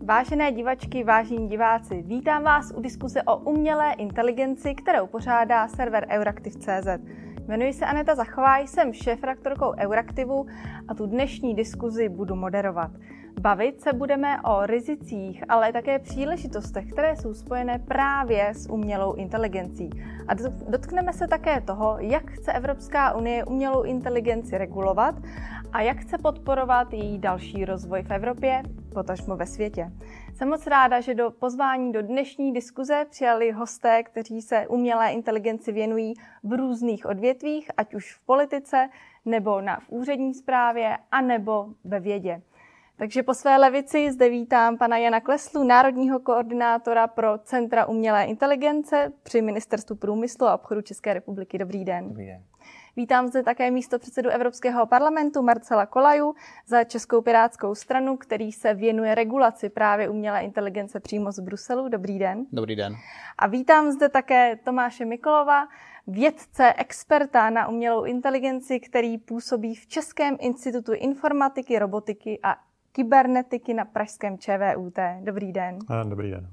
Vážené divačky, vážení diváci, vítám vás u diskuse o umělé inteligenci, kterou pořádá server Euraktiv.cz. Jmenuji se Aneta Zachová, jsem šéfredaktorkou Euraktivu a tu dnešní diskuzi budu moderovat. Bavit se budeme o rizicích, ale také příležitostech, které jsou spojené právě s umělou inteligencí. A dotkneme se také toho, jak chce Evropská unie umělou inteligenci regulovat a jak chce podporovat její další rozvoj v Evropě, potažmo ve světě. Jsem moc ráda, že do pozvání do dnešní diskuze přijali hosté, kteří se umělé inteligenci věnují v různých odvětvích, ať už v politice, nebo v úřední správě, anebo ve vědě. Takže po své levici zde vítám pana Jana Kleslu, národního koordinátora pro Centra umělé inteligence při Ministerstvu průmyslu a obchodu České republiky. Dobrý den. Dobrý den. Vítám zde také místopředsedu Evropského parlamentu Marcela Kolaju za Českou pirátskou stranu, který se věnuje regulaci právě umělé inteligence přímo z Bruselu. Dobrý den. Dobrý den. A vítám zde také Tomáše Mikolova, vědce, experta na umělou inteligenci, který působí v Českém institutu informatiky, robotiky a kybernetiky na pražském ČVUT. Dobrý den. Dobrý den.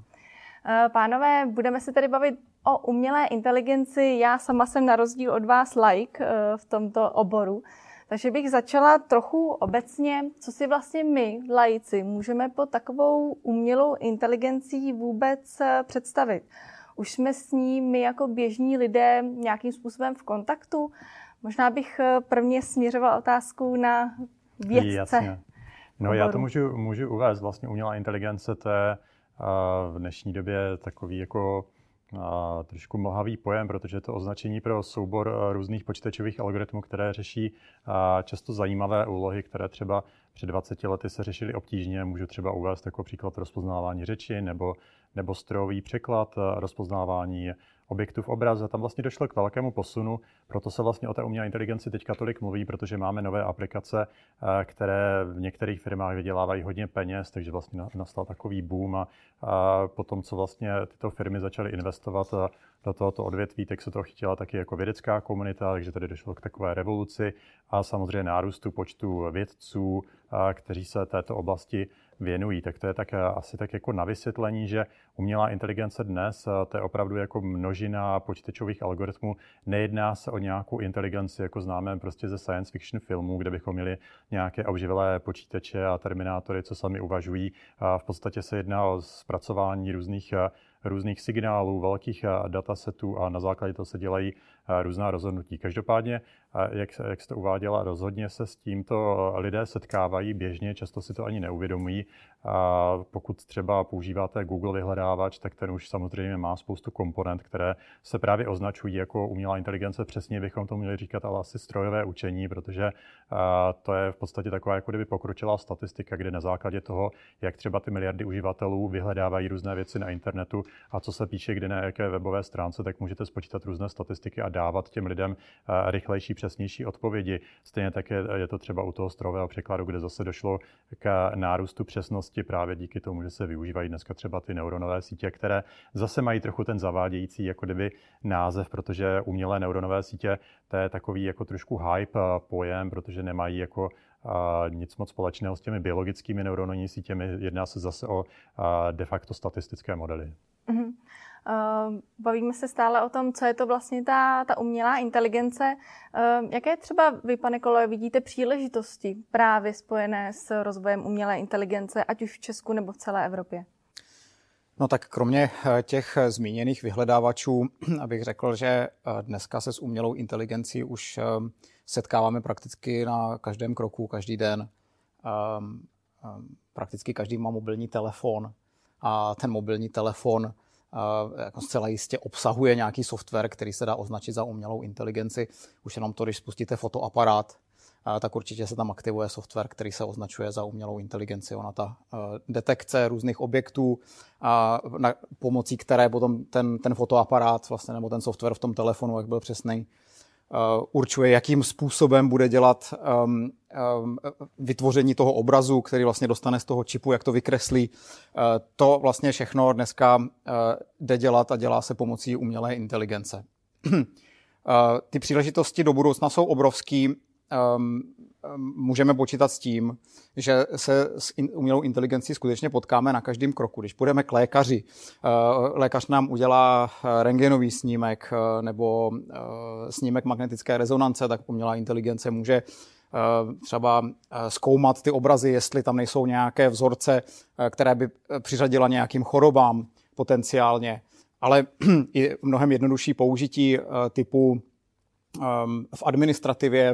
Pánové, budeme se tedy bavit o umělé inteligenci. Já sama jsem na rozdíl od vás laik v tomto oboru, takže bych začala trochu obecně, co si vlastně my, laici, můžeme pod takovou umělou inteligencí vůbec představit. Už jsme s ní my jako běžní lidé nějakým způsobem v kontaktu? Možná bych prvně směřovala otázku na vědce. Jasně. No, já to můžu uvést. Vlastně umělá inteligence, to je v dnešní době takový jako trošku mlhavý pojem, protože je to označení pro soubor různých počítačových algoritmů, které řeší často zajímavé úlohy, které třeba před 20 lety se řešily obtížně. Můžu třeba uvést jako příklad rozpoznávání řeči nebo strojový překlad, rozpoznávání objektů v obraze. Tam vlastně došlo k velkému posunu, proto se vlastně o té umělé inteligenci teďka tolik mluví, protože máme nové aplikace, které v některých firmách vydělávají hodně peněz, takže vlastně nastal takový boom a potom, co vlastně tyto firmy začaly investovat do tohoto odvětví, tak se to chytila taky jako vědecká komunita, takže tady došlo k takové revoluci a samozřejmě nárůstu počtu vědců, kteří se této oblasti věnují. Tak to je asi tak jako na vysvětlení, že umělá inteligence dnes, to je opravdu jako množina počítačových algoritmů. Nejedná se o nějakou inteligenci, jako známe prostě ze science fiction filmů, kde bychom měli nějaké oživelé počítače a terminátory, co sami uvažují. V podstatě se jedná o zpracování různých signálů, velkých datasetů a na základě toho se dělají různá rozhodnutí. Každopádně, jak jste uváděla, rozhodně se s tímto lidé setkávají běžně, často si to ani neuvědomují. Pokud třeba používáte Google vyhledávač, tak ten už samozřejmě má spoustu komponent, které se právě označují jako umělá inteligence. Přesně bychom to měli říkat, ale asi strojové učení, protože to je v podstatě taková jako kdyby pokročilá statistika, kde na základě toho, jak třeba ty miliardy uživatelů vyhledávají různé věci na internetu a co se píše kde na jaké webové stránce, tak můžete spočítat různé statistiky a dávat těm lidem rychlejší, přesnější odpovědi. Stejně tak je to třeba u toho strojového překladu, kde zase došlo k nárůstu přesnosti právě díky tomu, že se využívají dneska třeba ty neuronové sítě, které zase mají trochu ten zavádějící jako kdyby název, protože umělé neuronové sítě, to je takový jako trošku hype pojem, protože nemají jako nic moc společného s těmi biologickými neuronovými sítěmi. Jedná se zase o de facto statistické modely. Mm-hmm. Bavíme se stále o tom, co je to vlastně ta umělá inteligence. Jaké třeba vy, pane Kolo, vidíte příležitosti právě spojené s rozvojem umělé inteligence, ať už v Česku nebo v celé Evropě? No tak kromě těch zmíněných vyhledávačů, abych řekl, že dneska se s umělou inteligencí už setkáváme prakticky na každém kroku, každý den. Prakticky každý má mobilní telefon a ten mobilní telefon jako zcela jistě obsahuje nějaký software, který se dá označit za umělou inteligenci. Už jenom to, když spustíte fotoaparát, tak určitě se tam aktivuje software, který se označuje za umělou inteligenci. Ona ta detekce různých objektů, pomocí které potom ten fotoaparát vlastně, nebo ten software v tom telefonu, jak byl přesný, určuje, jakým způsobem bude dělat vytvoření toho obrazu, který vlastně dostane z toho čipu, jak to vykreslí. To vlastně všechno dneska jde dělat a dělá se pomocí umělé inteligence. Ty příležitosti do budoucna jsou obrovský. můžeme počítat s tím, že se s umělou inteligencí skutečně potkáme na každém kroku. Když půjdeme k lékaři, lékař nám udělá rentgenový snímek nebo snímek magnetické rezonance, tak umělá inteligence může třeba zkoumat ty obrazy, jestli tam nejsou nějaké vzorce, které by přiřadila nějakým chorobám potenciálně. Ale i mnohem jednodušší použití typu v administrativě,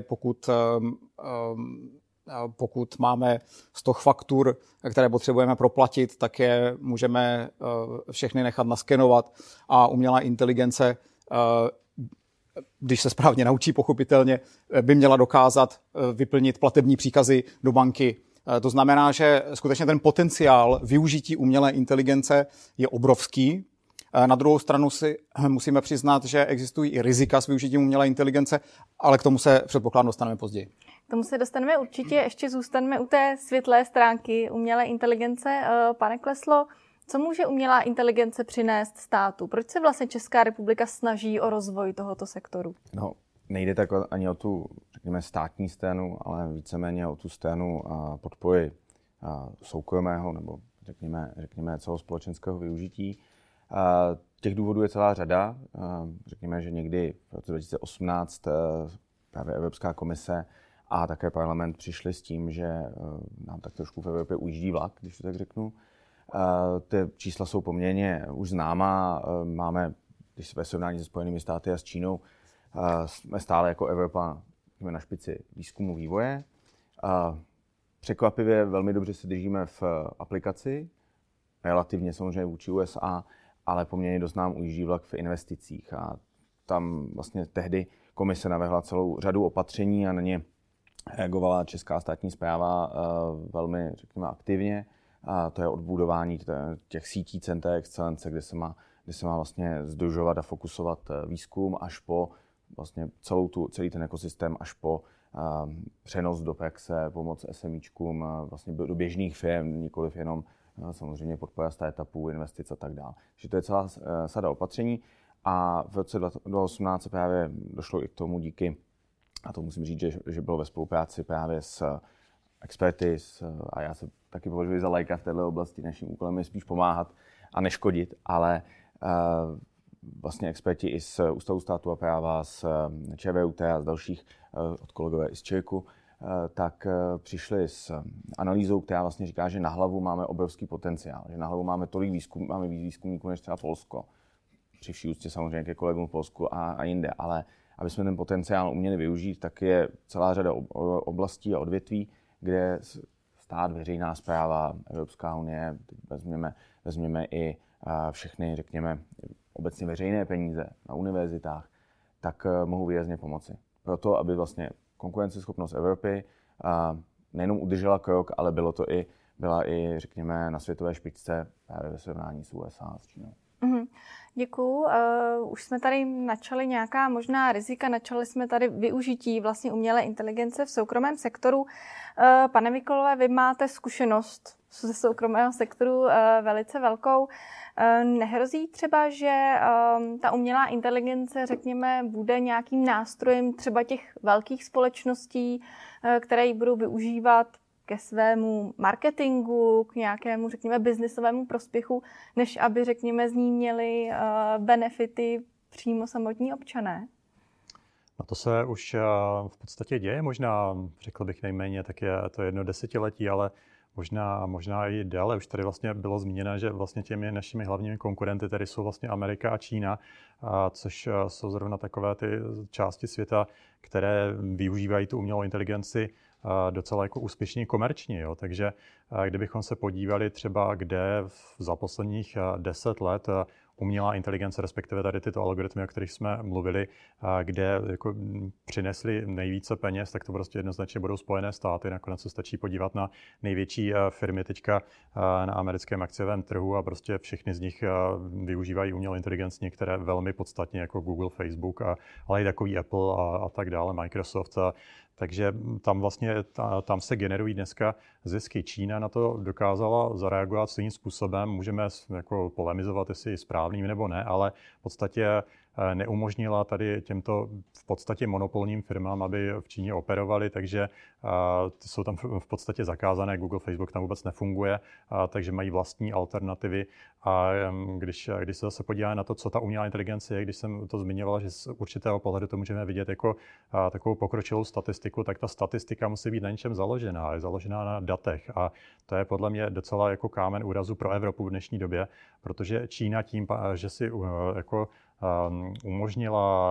pokud máme 100 faktur, které potřebujeme proplatit, tak je můžeme všechny nechat naskenovat a umělá inteligence, když se správně naučí pochopitelně, by měla dokázat vyplnit platební příkazy do banky. To znamená, že skutečně ten potenciál využití umělé inteligence je obrovský. Na druhou stranu si musíme přiznat, že existují i rizika s využitím umělé inteligence, ale k tomu se předpokládám dostaneme později. K tomu se dostaneme určitě, ještě zůstaneme u té světlé stránky umělé inteligence. Pane Kleslo, co může umělá inteligence přinést státu? Proč se vlastně Česká republika snaží o rozvoj tohoto sektoru? No, nejde tak ani o tu, řekněme, státní scénu, ale víceméně o tu scénu podpory soukromého nebo řekněme celospolečenského využití. Těch důvodů je celá řada. Řekněme, že někdy v roce 2018 právě Evropská komise a také parlament přišli s tím, že nám tak trošku v Evropě ujíždí vlak, když to tak řeknu. Ty čísla jsou poměrně už známá. Máme, když jsme ve srovnání se Spojenými státy a s Čínou, jsme stále jako Evropa na špici výzkumu vývoje. Překvapivě velmi dobře se držíme v aplikaci, relativně samozřejmě vůči USA, ale poměrně dost nám ujíždí vlak v investicích. A tam vlastně tehdy komise navrhla celou řadu opatření a na ně reagovala česká státní správa velmi, řekněme, aktivně. A to je odbudování těch sítí center excelence, kde se má vlastně sdružovat a fokusovat výzkum až po vlastně celý ten ekosystém, až po přenos do praxe, pomoc SMIčkům, vlastně do běžných firm, nikoliv jenom samozřejmě podpora startupů, investic a tak dále. Takže to je celá sada opatření a v roce 2018 právě došlo i k tomu díky, a to musím říct, že bylo ve spolupráci právě s experty, a já se taky považuji za laika v této oblasti, naším úkolem je spíš pomáhat a neškodit, ale vlastně experti i z Ústavu státu a práva, z ČVUT a z dalších, od kolegové i z ČIRKu, tak přišli s analýzou, která vlastně říká, že na hlavu máme obrovský potenciál, že na hlavu máme tolik máme víc výzkumníků než třeba Polsko. Při vší úctě samozřejmě ke kolegům v Polsku a jinde, ale aby jsme ten potenciál uměli využít, tak je celá řada oblastí a odvětví, kde stát, veřejná správa, Evropská unie, vezměme i všechny, řekněme, obecně veřejné peníze na univerzitách, tak mohou výrazně pomoci. Proto, aby vlastně konkurenceschopnost Evropy nejenom udržela krok, ale byla i, řekněme, na světové špičce právě ve srovnání s USA a s Čínou. Děkuju. Už jsme tady načali nějaká možná rizika, načali jsme tady využití vlastně umělé inteligence v soukromém sektoru. Pane Mikolové, vy máte zkušenost ze soukromého sektoru velice velkou. Nehrozí třeba, že ta umělá inteligence, řekněme, bude nějakým nástrojem třeba těch velkých společností, které ji budou využívat ke svému marketingu, k nějakému, řekněme, biznisovému prospěchu, než aby, řekněme, z ní měli benefity přímo samotní občané? No to se už v podstatě děje, možná, řekl bych nejméně, tak je to 1 desetiletí, ale možná i déle. Už tady vlastně bylo zmíněno, že vlastně těmi našimi hlavními konkurenty tady jsou vlastně Amerika a Čína, což jsou zrovna takové ty části světa, které využívají tu umělou inteligenci docela jako úspěšně komerčně. Jo? Takže kdybychom se podívali třeba, kde za posledních 10 let umělá inteligence, respektive tady tyto algoritmy, o kterých jsme mluvili, kde jako přinesly nejvíce peněz, tak to prostě jednoznačně budou Spojené státy. Nakonec se stačí podívat na největší firmy teďka na americkém akciovém trhu a prostě všechny z nich využívají umělou inteligenci, některé velmi podstatně jako Google, Facebook, ale i takový Apple a tak dále, Microsoft. Takže tam se generují dneska zisky. Čína na to dokázala zareagovat svým způsobem. Můžeme jako polemizovat, jestli je správným nebo ne, ale v podstatě neumožnila tady těmto v podstatě monopolním firmám, aby v Číně operovali, takže jsou tam v podstatě zakázané. Google, Facebook tam vůbec nefunguje, takže mají vlastní alternativy. A když se zase podíváme na to, co ta umělá inteligence je, když jsem to zmiňoval, že z určitého pohledu to můžeme vidět jako takovou pokročilou statistiku, tak ta statistika musí být na něčem založená. Je založená na datech a to je podle mě docela jako kámen úrazu pro Evropu v dnešní době, protože Čína tím, že si jako umožnila,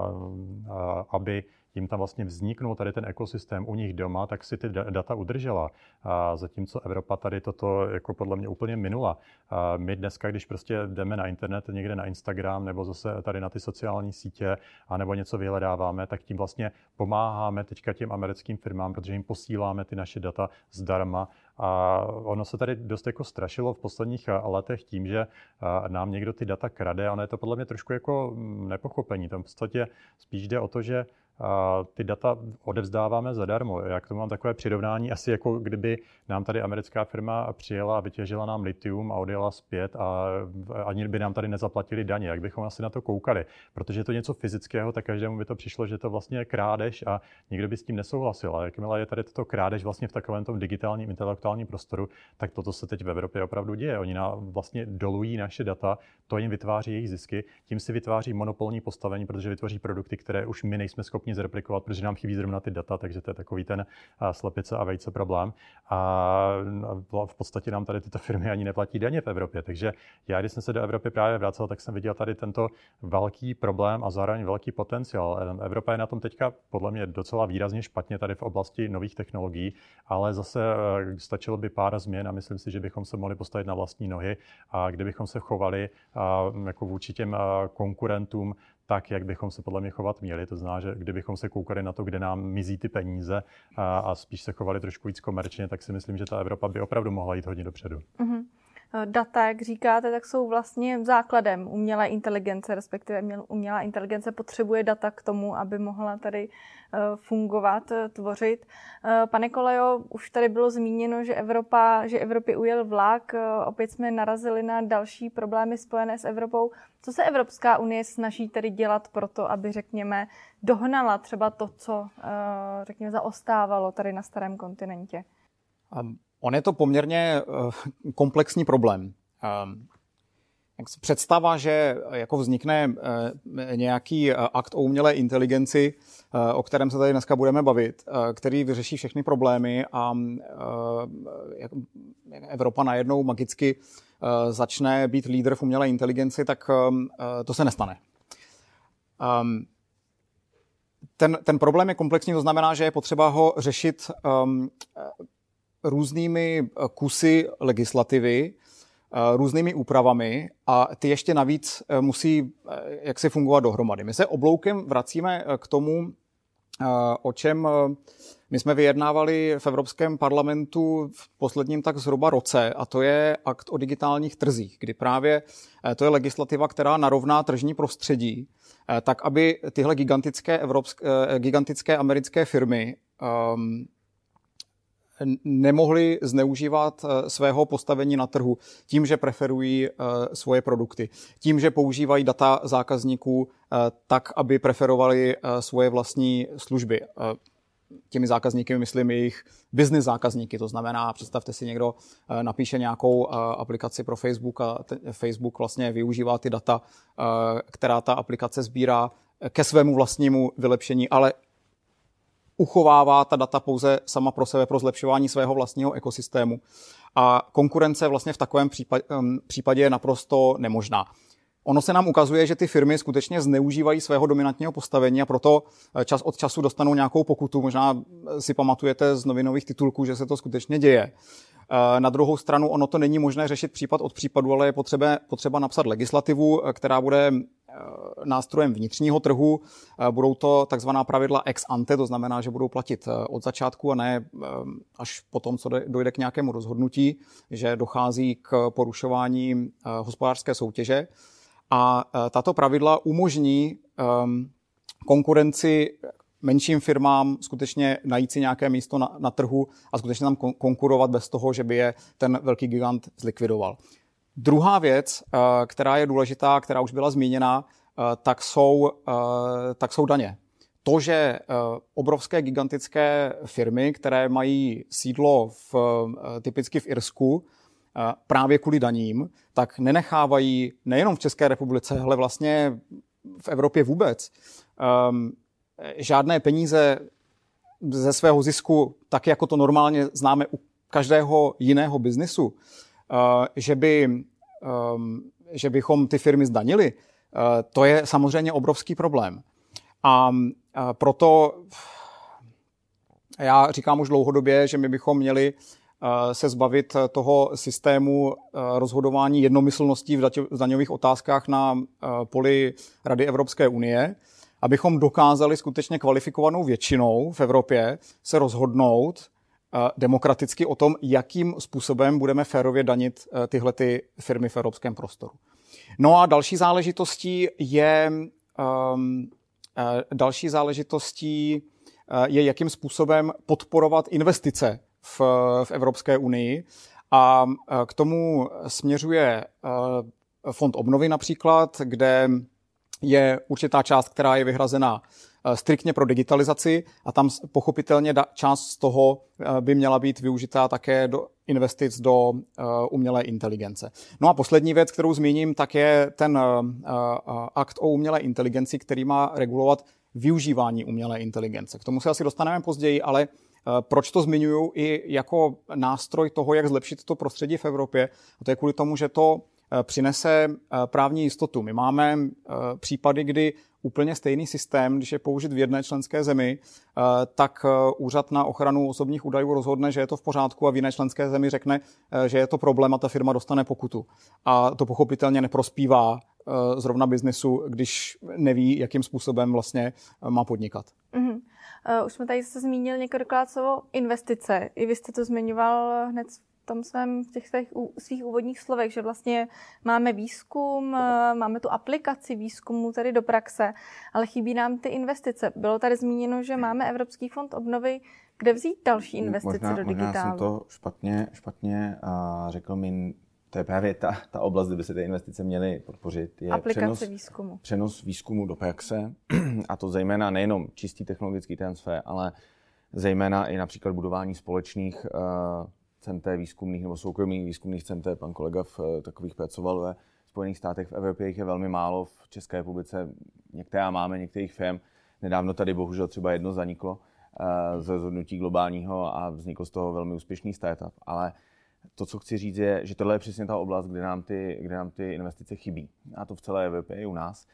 aby jim tam vlastně vzniknul tady ten ekosystém u nich doma, tak si ty data udržela. Zatímco Evropa tady toto jako podle mě úplně minula. My dneska, když prostě jdeme na internet, někde na Instagram nebo zase tady na ty sociální sítě a nebo něco vyhledáváme, tak tím vlastně pomáháme teďka těm americkým firmám, protože jim posíláme ty naše data zdarma. A ono se tady dost jako strašilo v posledních letech tím, že nám někdo ty data krade. Ono je to podle mě trošku jako nepochopení. Tam v podstatě spíš jde o to, že ty data odevzdáváme zadarmo. Já k tomu mám takové přirovnání, asi jako kdyby nám tady americká firma přijela a vytěžila nám litium a odjela zpět a ani by nám tady nezaplatili daně. Jak bychom asi na to koukali? Protože je to něco fyzického, tak každému by to přišlo, že to vlastně je krádež a nikdo by s tím nesouhlasil. A jakmile je tady toto krádež vlastně v takovém tom digitálním intelektuálním prostoru, tak toto se teď v Evropě opravdu děje. Oni vlastně dolují naše data, to jim vytváří jejich zisky, tím si vytváří monopolní postavení, protože vytvoří produkty, které už my nejsme schopni zreplikovat, protože nám chybí zrovna ty data, takže to je takový ten slepice a vejce problém. A v podstatě nám tady tyto firmy ani neplatí daně v Evropě. Takže já, když jsem se do Evropy právě vracel, tak jsem viděl tady tento velký problém a zároveň velký potenciál. Evropa je na tom teďka podle mě docela výrazně špatně tady v oblasti nových technologií, ale zase stačilo by pár změn a myslím si, že bychom se mohli postavit na vlastní nohy a kdybychom se chovali jako vůči těm konkurentům tak, jak bychom se podle mě chovat měli. To znamená, že kdybychom se koukali na to, kde nám mizí ty peníze a spíš se chovali trošku víc komerčně, tak si myslím, že ta Evropa by opravdu mohla jít hodně dopředu. Mm-hmm. Data, jak říkáte, tak jsou vlastně základem umělé inteligence, respektive umělá inteligence potřebuje data k tomu, aby mohla tady fungovat, tvořit. Pane Kolejo, už tady bylo zmíněno, že Evropě ujel vlak, opět jsme narazili na další problémy spojené s Evropou. Co se Evropská unie snaží tedy dělat pro to, aby, řekněme, dohnala třeba to, co, řekněme, zaostávalo tady na starém kontinentě? On je to poměrně komplexní problém. Jak se představa, že jako vznikne nějaký akt o umělé inteligenci, o kterém se tady dneska budeme bavit, který vyřeší všechny problémy a Evropa najednou magicky začne být lídr v umělé inteligenci, tak to se nestane. Ten problém je komplexní, to znamená, že je potřeba ho řešit různými kusy legislativy, různými úpravami a ty ještě navíc musí jaksi fungovat dohromady. My se obloukem vracíme k tomu, o čem my jsme vyjednávali v Evropském parlamentu v posledním tak zhruba roce, a to je akt o digitálních trzích, kdy právě to je legislativa, která narovná tržní prostředí, tak aby tyhle gigantické americké firmy nemohli zneužívat svého postavení na trhu tím, že preferují svoje produkty, tím, že používají data zákazníků tak, aby preferovali svoje vlastní služby. Těmi zákazníky myslím jejich business zákazníky, to znamená, představte si, někdo napíše nějakou aplikaci pro Facebook a Facebook vlastně využívá ty data, která ta aplikace sbírá ke svému vlastnímu vylepšení, ale uchovává ta data pouze sama pro sebe pro zlepšování svého vlastního ekosystému. A konkurence vlastně v takovém případě je naprosto nemožná. Ono se nám ukazuje, že ty firmy skutečně zneužívají svého dominantního postavení a proto čas od času dostanou nějakou pokutu. Možná si pamatujete z novinových titulků, že se to skutečně děje. Na druhou stranu ono to není možné řešit případ od případu, ale je potřeba napsat legislativu, která bude nástrojem vnitřního trhu. Budou to takzvaná pravidla ex ante, to znamená, že budou platit od začátku a ne až potom, co dojde k nějakému rozhodnutí, že dochází k porušování hospodářské soutěže. A tato pravidla umožní konkurenci menším firmám skutečně najít si nějaké místo na trhu a skutečně tam konkurovat bez toho, že by je ten velký gigant zlikvidoval. Druhá věc, která je důležitá, která už byla zmíněna, tak jsou daně. To, že obrovské gigantické firmy, které mají sídlo typicky v Irsku, právě kvůli daním, tak nenechávají nejenom v České republice, ale vlastně v Evropě vůbec žádné peníze ze svého zisku, tak jako to normálně známe u každého jiného biznisu, že bychom ty firmy zdanili, to je samozřejmě obrovský problém. A proto já říkám už dlouhodobě, že my bychom měli se zbavit toho systému rozhodování jednomyslností v daňových otázkách na poli Rady Evropské unie, abychom dokázali skutečně kvalifikovanou většinou v Evropě se rozhodnout demokraticky o tom, jakým způsobem budeme férově danit tyhle ty firmy v evropském prostoru. No a další záležitostí je, jakým způsobem podporovat investice v Evropské unii. A k tomu směřuje Fond obnovy například, kde je určitá část, která je vyhrazena striktně pro digitalizaci a tam pochopitelně část z toho by měla být využitá také do investic do umělé inteligence. No a poslední věc, kterou zmíním, tak je ten akt o umělé inteligenci, který má regulovat využívání umělé inteligence. K tomu se asi dostaneme později, ale proč to zmiňuji i jako nástroj toho, jak zlepšit to prostředí v Evropě? A to je kvůli tomu, že to přinese právní jistotu. My máme případy, kdy úplně stejný systém, když je použit v jedné členské zemi, tak úřad na ochranu osobních údajů rozhodne, že je to v pořádku a v jiné členské zemi řekne, že je to problém a ta firma dostane pokutu. A to pochopitelně neprospívá zrovna biznesu, když neví, jakým způsobem vlastně má podnikat. Mm-hmm. Už jsme tady se zmínil několikrát slovo investice. I vy jste to zmiňoval hned v těch svých úvodních slovech, že vlastně máme výzkum, máme tu aplikaci výzkumu tady do praxe, ale chybí nám ty investice. Bylo tady zmíněno, že máme Evropský fond obnovy, kde vzít další investice do digitálu. Možná jsem to špatně řekl, to je právě ta oblast, kde by se ty investice měly podpořit. Je přenos výzkumu do praxe, a to zejména nejenom čistý technologický transfer, ale zejména i například budování společných center výzkumných nebo soukromých výzkumných center. Pan kolega v takových pracoval ve Spojených státech, v Evropě jich je velmi málo, v České republice některá máme, některých firm. Nedávno tady bohužel třeba jedno zaniklo z rozhodnutí globálního a vznikl z toho velmi úspěšný startup. Ale to, co chci říct, je, že tohle je přesně ta oblast, kde nám ty investice chybí. A to v celé Evropě i u nás.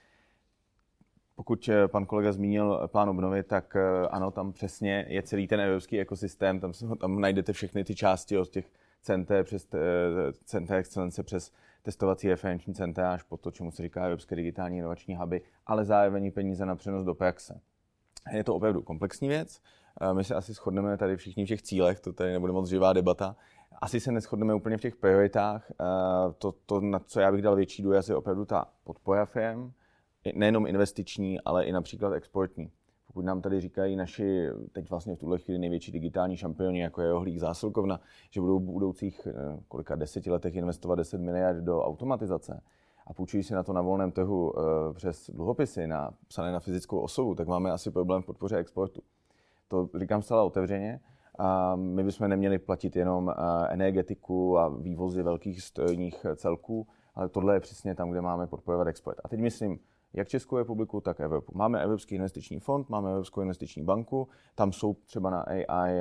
Pokud pan kolega zmínil plán obnovy, tak ano, tam přesně je celý ten evropský ekosystém, tam najdete všechny ty části od těch center přes center excelence, přes testovací referenční centra až po to, čemu se říká Evropské digitální inovační huby, ale zároveň peníze na přenos do praxe. Je to opravdu komplexní věc. My se asi shodneme tady všichni v těch cílech, to tady nebude moc živá debata. Asi se neshodneme úplně v těch prioritách. To, na co já bych dal větší důraz, je opravdu ta podpora firm, nejenom investiční, ale i například exportní. Pokud nám tady říkají naši, teď vlastně v tuhle chvíli největší digitální šampioni, jako je Rohlík, Zásilkovna, že budou v budoucích 10 letech investovat 10 miliard do automatizace a půjčují si na to na volném trhu přes dluhopisy psané na fyzickou osobu, tak máme asi problém v podpoře exportu. To říkám zcela otevřeně. My bychom neměli platit jenom energetiku a vývozy velkých strojních celků, ale tohle je přesně tam, kde máme podporovat export. A teď myslím, jak Českou republiku, tak Evropu. Máme Evropský investiční fond, máme Evropskou investiční banku, tam jsou třeba na AI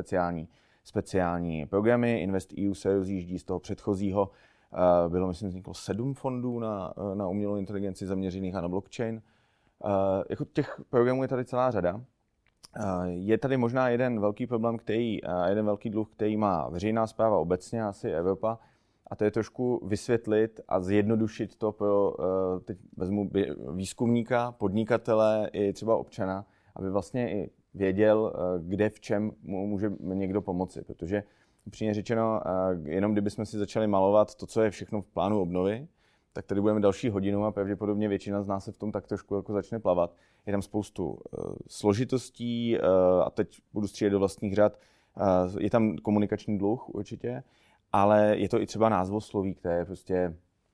speciální programy, InvestEU se rozjíždí z toho předchozího. Bylo, myslím, vzniklo 7 fondů na umělou inteligenci zaměřených a na blockchain. Jako těch programů je tady celá řada. Je tady možná jeden velký problém, jeden velký dluh, který má veřejná správa obecně, asi Evropa, a to je trošku vysvětlit a zjednodušit to pro, teď vezmu výzkumníka, podnikatele i třeba občana, aby vlastně i věděl, kde v čem mu může někdo pomoci. Protože upřímně řečeno, jenom kdybychom si začali malovat to, co je všechno v plánu obnovy, tak tady budeme další hodinu a pravděpodobně většina z nás se v tom tak trošku jako začne plavat. Je tam spoustu složitostí a teď budu střílet do vlastních řad. Je tam komunikační dluh určitě, ale je to i třeba názvosloví, které prostě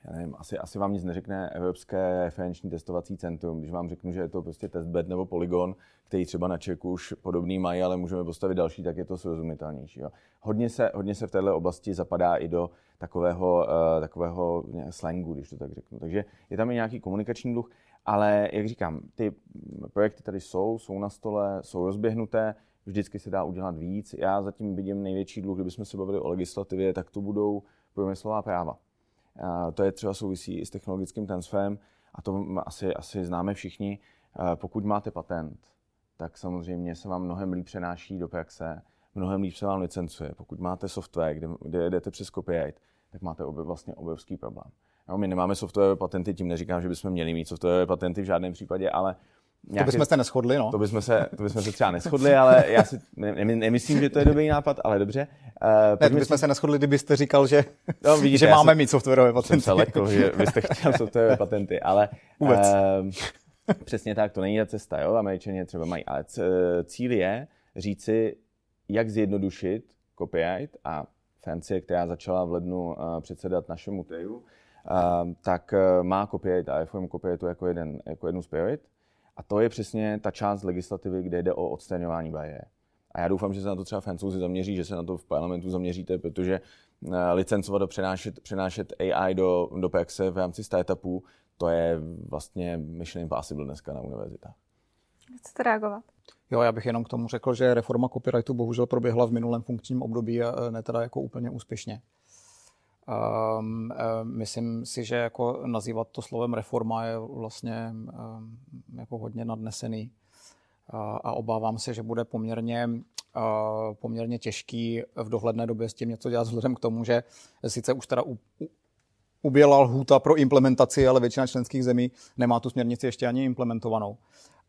já nevím, asi vám nic neřekne Evropské referenční testovací centrum, když vám řeknu, že je to prostě testbed nebo Polygon, který třeba na Čeku už podobný mají, ale můžeme postavit další, tak je to srozumitelnější. Jo. Hodně se v této oblasti zapadá i do takového slangu, když to tak řeknu. Takže je tam i nějaký komunikační dluh, ale jak říkám, ty projekty tady jsou na stole, jsou rozběhnuté, vždycky se dá udělat víc. Já zatím vidím největší dluh, kdybychom se bavili o legislativě, tak to budou průmyslová práva. To je třeba souvisí i s technologickým transferem a to asi známe všichni. Pokud máte patent, tak samozřejmě se vám mnohem líp přenáší do praxe, mnohem líp se vám licencuje. Pokud máte software, kde jdete přes copyright, tak máte vlastně obrovský problém. No, my nemáme softwarové patenty, tím neříkám, že bychom měli mít softwarové patenty v žádném případě, ale to bychom se neshodli, no. To bychom se třeba neshodli, ale já si nemyslím, že to je dobrý nápad, ale dobře. Ne, bychom se neshodli, kdybyste říkal, že, vidíte, že máme mít softwarové patenty. Jsem se lekl, že byste chtěl softwarové patenty, ale přesně tak, to není ta cesta, jo, Američané třeba mají, ale cíl je říci, jak zjednodušit copyright a Francie, která začala v lednu předsedat našemu TEU, tak má copyright a reformu copyrightu jako jednu z priorit. A to je přesně ta část legislativy, kde jde o odstraňování bariér. A já doufám, že se na to třeba Francouzi zaměří, že se na to v parlamentu zaměříte, protože licencovat a přenášet AI do praxe v rámci startupů, to je vlastně mission impossible dneska na univerzitách. Chcete reagovat? Jo, já bych jenom k tomu řekl, že reforma copyrightu bohužel proběhla v minulém funkčním období a ne teda jako úplně úspěšně. Myslím si, že jako nazývat to slovem reforma je vlastně jako hodně nadnesený a obávám se, že bude poměrně těžký v dohledné době s tím něco dělat vzhledem k tomu, že sice už teda uběhla lhůta pro implementaci, ale většina členských zemí nemá tu směrnici ještě ani implementovanou.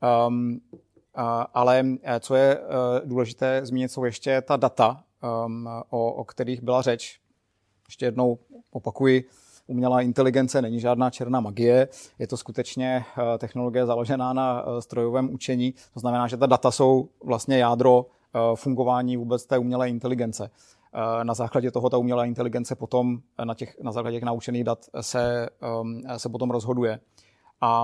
Ale co je důležité zmínit, jsou ještě ta data, o kterých byla řeč. Ještě jednou opakuji, umělá inteligence není žádná černá magie, je to skutečně technologie založená na strojovém učení, to znamená, že ta data jsou vlastně jádro fungování vůbec té umělé inteligence. Na základě toho ta umělá inteligence potom na základě těch naučených dat se potom rozhoduje. A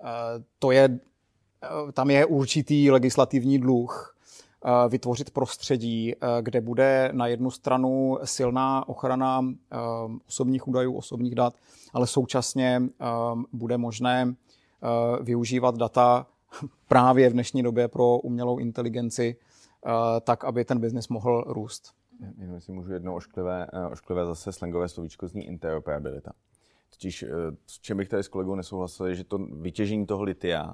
tam je určitý legislativní dluh vytvořit prostředí, kde bude na jednu stranu silná ochrana osobních údajů, osobních dat, ale současně bude možné využívat data právě v dnešní době pro umělou inteligenci, tak, aby ten biznis mohl růst. Jenom si můžu jedno ošklivé zase slangové slovíčko zní interoperabilita. Totiž s čím bych tady s kolegou nesouhlasil, je, že to vytěžení toho litia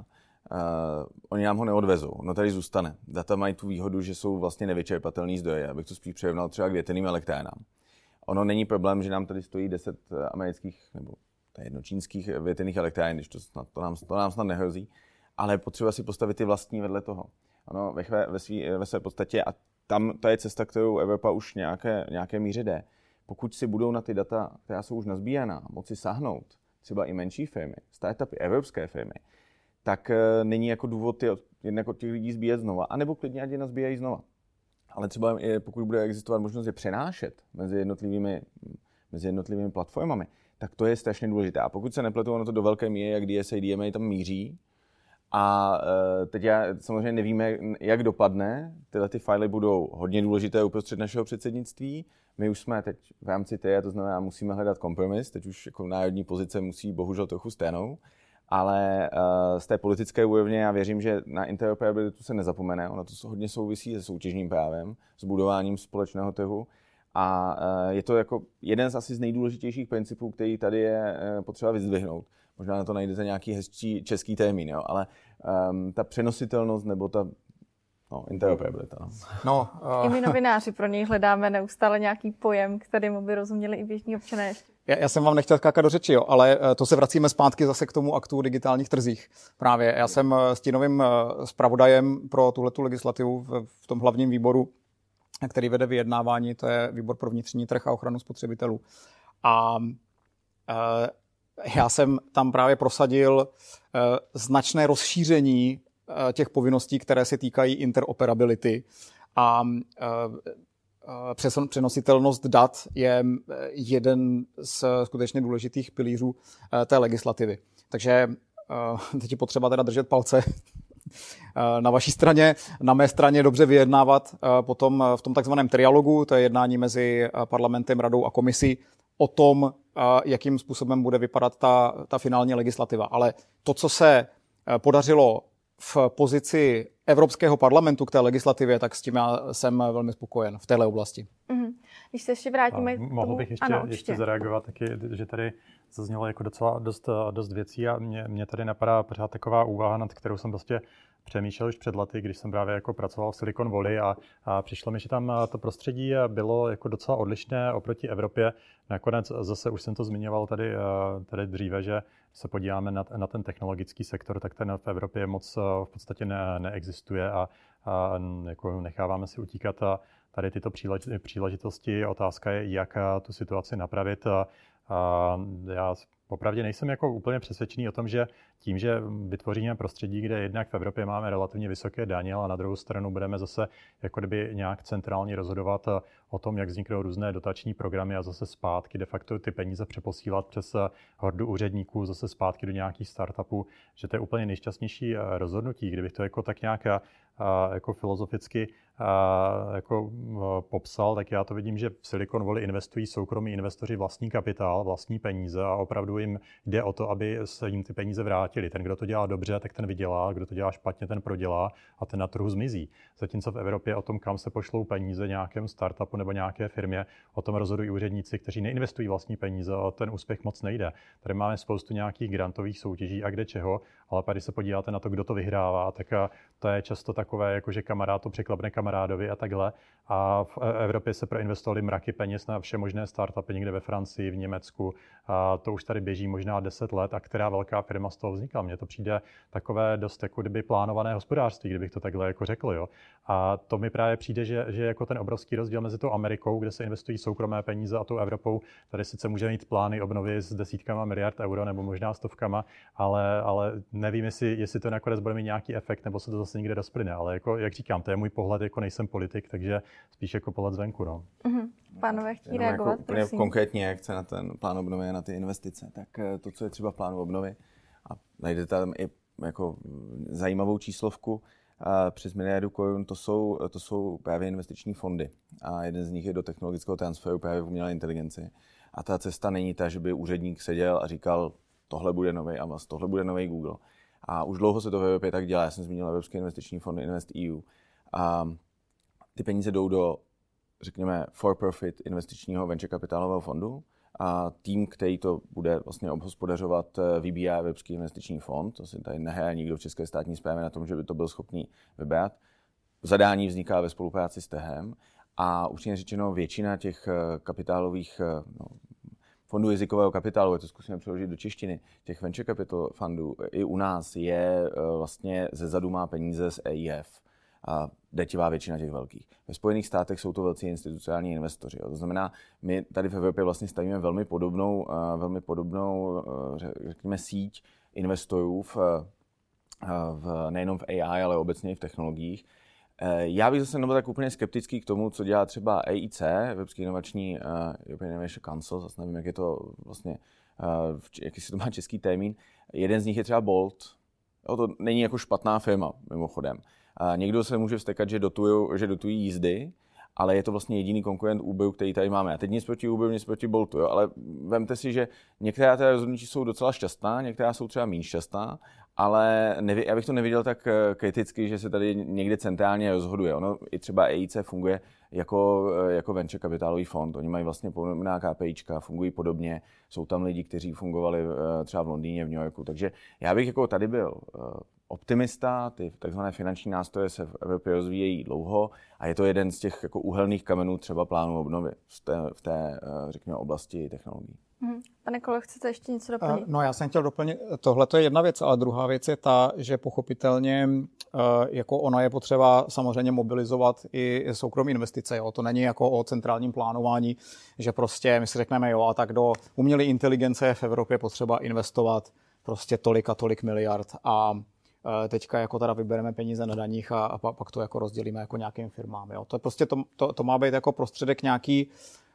oni nám ho neodvezou, no tady zůstane. Data mají tu výhodu, že jsou vlastně nevyčerpatelný zdroje, abych to spíš přirovnal třeba k větrným elektrárnám. Ono není problém, že nám tady stojí 10 amerických nebo čínských větrných elektráren, když to nám snad nehrozí, ale potřeba si postavit ty vlastní vedle toho. Ono ve své podstatě, a tam to je cesta, kterou Evropa už nějaké míře jde. Pokud si budou na ty data, která jsou už nazbíjaná, moci sáhnout, třeba i menší firmy, startupy, evropské firmy, tak není jako důvod jednak od těch lidí sbíjet znova, anebo klidně ať je nazbíjají znova. Ale třeba pokud bude existovat možnost je přenášet mezi jednotlivými platformami, tak to je strašně důležité. A pokud se nepletu, ono to do velké míry, jak DSA, DMA tam míří. A teď samozřejmě nevíme, jak dopadne. Tyhle ty fily budou hodně důležité uprostřed našeho předsednictví. My už jsme teď v rámci TEA, to znamená, musíme hledat kompromis. Teď už jako národní pozice musí bohužel trochu stejnou. Ale z té politické úrovně já věřím, že na interoperabilitu se nezapomene. Ono to hodně souvisí se soutěžním právem, s budováním společného trhu. A je to jako jeden z asi z nejdůležitějších principů, který tady je potřeba vyzdvihnout. Možná na to najdete nějaký hezčí český termín, jo? Ale ta přenositelnost nebo ta interoperabilita. I my novináři pro něj hledáme neustále nějaký pojem, kterému by rozuměli i běžní občané. Já jsem vám nechtěl skákat do řeči, jo, ale to se vracíme zpátky zase k tomu aktu o digitálních trzích. Právě já jsem stínovým zpravodajem pro tuhletu legislativu v tom hlavním výboru, který vede vyjednávání, to je výbor pro vnitřní trh a ochranu spotřebitelů. A já jsem tam právě prosadil značné rozšíření těch povinností, které se týkají interoperability. A přenositelnost dat je jeden z skutečně důležitých pilířů té legislativy. Takže teď je potřeba teda držet palce na vaší straně, na mé straně dobře vyjednávat potom v tom takzvaném trialogu, to je jednání mezi parlamentem, radou a komisí, o tom, jakým způsobem bude vypadat ta finální legislativa. Ale to, co se podařilo v pozici Evropského parlamentu k té legislativě, tak s tím já jsem velmi spokojen v téhle oblasti. Když se ještě vrátíme k tomu... Mohl bych ještě zareagovat taky, že tady zaznělo jako docela dost věcí a mě tady napadá pořád taková úvaha, nad kterou jsem prostě přemýšlel už před lety, když jsem právě jako pracoval v Silicon Valley a přišlo mi, že tam to prostředí bylo jako docela odlišné oproti Evropě. Nakonec zase už jsem to zmiňoval tady dříve, že se podíváme na ten technologický sektor, tak ten v Evropě moc v podstatě neexistuje a jako necháváme si utíkat tady tyto příležitosti. Otázka je, jak tu situaci napravit. Já popravdě nejsem jako úplně přesvědčený o tom, že tím, že vytvoříme prostředí, kde jednak v Evropě máme relativně vysoké daně, a na druhou stranu budeme zase jako kdyby nějak centrálně rozhodovat o tom, jak vzniknou různé dotační programy a zase zpátky de facto ty peníze přeposílat přes hordu úředníků zase zpátky do nějakých startupů, že to je úplně nejšťastnější rozhodnutí, kdybych to jako tak nějak jako filozoficky jako popsal, tak já to vidím, že v Silicon Valley investují soukromí investoři vlastní kapitál, vlastní peníze a opravdu jim jde o to, aby se jim ty peníze vrátily. Ten, kdo to dělá dobře, tak ten vydělá, kdo to dělá špatně, ten prodělá a ten na trhu zmizí. Zatímco v Evropě o tom, kam se pošlou peníze nějakém startupu nebo nějaké firmě, o tom rozhodují úředníci, kteří neinvestují vlastní peníze a ten úspěch moc nejde. Tady máme spoustu nějakých grantových soutěží a kde čeho, ale pak když se podíváte na to, kdo to vyhrává, tak to je často takové, jako že kamarád to překlapne kamarádovi a takhle. A v Evropě se proinvestovali mraky peněz na vše možné startupy někde ve Francii, v Německu. A to už tady běží možná 10 let a která velká firma z toho vznikla. Mně to přijde takové dost jako kdyby plánované hospodářství, kdybych to takhle jako řekl. Jo. A to mi právě přijde, že jako ten obrovský rozdíl mezi tou Amerikou, kde se investují soukromé peníze, a tou Evropou, tady sice může mít plány obnovy s desítkama miliard euro nebo možná stovkama, ale nevím, jestli to nakonec bude mít nějaký efekt, nebo se to zase někde rozplyne. Ale jako, jak říkám, to je můj pohled, jako nejsem politik, takže spíš jako pohled zvenku. No. Pánové, chtějí reagovat, jako prosím. Konkrétně, jak chce na ten plán obnovy a na ty investice, tak to, co je třeba v plánu obnovy, a najdete tam i jako zajímavou číslovku, přes 1 miliardu korun, to jsou právě investiční fondy. A jeden z nich je do technologického transferu právě v umělé inteligenci. A ta cesta není ta, že by úředník seděl a říkal, tohle bude nový Amazon, tohle bude nový Google. A už dlouho se to v Evropě tak dělá. Já jsem zmínil Evropský investiční fond InvestEU. A ty peníze jdou do, řekněme, for-profit investičního venture kapitálového fondu. A tým, který to bude vlastně obhospodařovat, vybírá Evropský investiční fond. To si tady nehraje nikdo v české státní správě na tom, že by to byl schopný vybrat. Zadání vzniká ve spolupráci s trhem a upřímně řečeno většina těch kapitálových fondů rizikového kapitálu, to zkusíme přeložit do češtiny, těch venture capital fundů i u nás je vlastně zezadu má peníze z EIF. A drtivá většina těch velkých. Ve Spojených státech jsou to velcí institucionální investoři. Jo. To znamená, my tady v Evropě vlastně stavíme velmi podobnou řekněme, síť investorů nejenom v AI, ale obecně i v technologiích. Já bych zase nebyl tak úplně skeptický k tomu, co dělá třeba EIC, Evropský inovační European Innovation Council, zase nevím, jak je to vlastně, jaký si to má český termín. Jeden z nich je třeba Bolt. Jo, to není jako špatná firma, mimochodem. Někdo se může vztekat, že dotují jízdy, ale je to vlastně jediný konkurent Uberu, který tady máme. A teď nic proti Uberu, nic proti Boltu, jo? Ale vemte si, že některá teda rozhodnutí jsou docela šťastná, některá jsou třeba méně šťastná, ale já bych to neviděl tak kriticky, že se tady někde centrálně rozhoduje. Ono i třeba EIC funguje jako venture kapitálový fond. Oni mají vlastně podobná KPIčka, fungují podobně. Jsou tam lidi, kteří fungovali třeba v Londýně, v New Yorku. Takže já bych jako tady byl optimista, ty takzvané finanční nástroje se v Evropě rozvíjejí dlouho a je to jeden z těch jako úhelných kamenů třeba plánu obnovy v té řekněme, oblasti technologií. Pane Kolo, chcete ještě něco doplnit? No, já jsem chtěl doplnit, tohle to je jedna věc, ale druhá věc je ta, že pochopitelně jako ono je potřeba samozřejmě mobilizovat i soukromé investice. Jo? To není jako o centrálním plánování, že prostě my si řekneme, jo, a tak do umělé inteligence v Evropě potřeba investovat prostě tolik a tolik miliard a teďka jako teda vybereme peníze na daních a pak to jako rozdělíme jako nějakým firmám. Jo. To je prostě to má být jako prostředek nějaký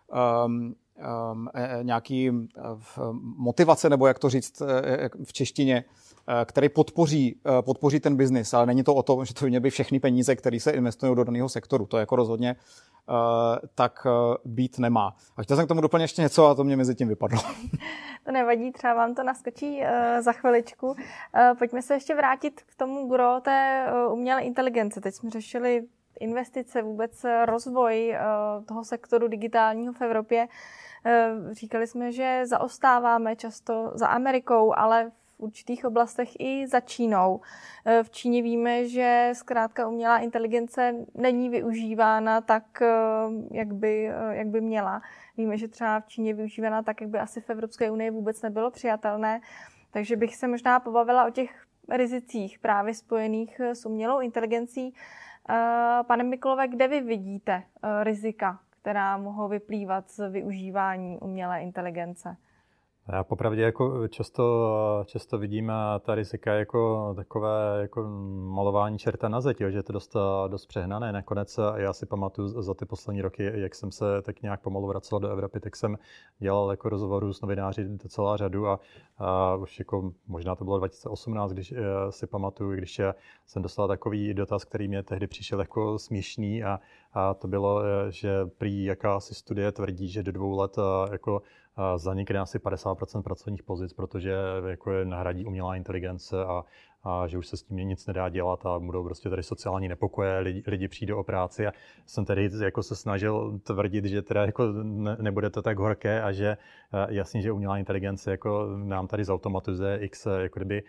motivace, nebo jak to říct v češtině, který podpoří ten biznis, ale není to o tom, že to měly by všechny peníze, které se investují do daného sektoru. To jako rozhodně tak být nemá. A chtěl jsem k tomu doplnit ještě něco a to mě mezi tím vypadlo. To nevadí, třeba vám to naskočí za chviličku. Pojďme se ještě vrátit k tomu gro té umělé inteligence. Teď jsme řešili investice, vůbec rozvoj toho sektoru digitálního v Evropě. Říkali jsme, že zaostáváme často za Amerikou, ale v určitých oblastech i za Čínou. V Číně víme, že zkrátka umělá inteligence není využívána tak, jak by měla. Víme, že třeba v Číně je využívána tak, jak by asi v Evropské unii vůbec nebylo přijatelné. Takže bych se možná pobavila o těch rizicích právě spojených s umělou inteligencí. Pane Mikulové, kde vy vidíte rizika, která mohou vyplývat z využívání umělé inteligence? Já popravdě jako často vidím ta rizika jako takové jako malování čerta na zeď, že je to dost přehnané. Nakonec já si pamatuju za ty poslední roky, jak jsem se tak nějak pomalu vracel do Evropy, tak jsem dělal jako rozhovorů s novináři docela řadu a už jako možná to bylo 2018, když si pamatuju, když jsem dostal takový dotaz, který mě tehdy přišel jako směšný a to bylo, že prý jakási studie tvrdí, že do 2 let jako zanikne asi 50% pracovních pozic, protože jako je nahradí umělá inteligence a že už se s tím nic nedá dělat a budou prostě tady sociální nepokoje, lidi přijdou o práci a jsem tady jako se snažil tvrdit, že teda jako nebude to tak horké a že jasně, že umělá inteligence jako nám tady zautomatizuje x jako kdyby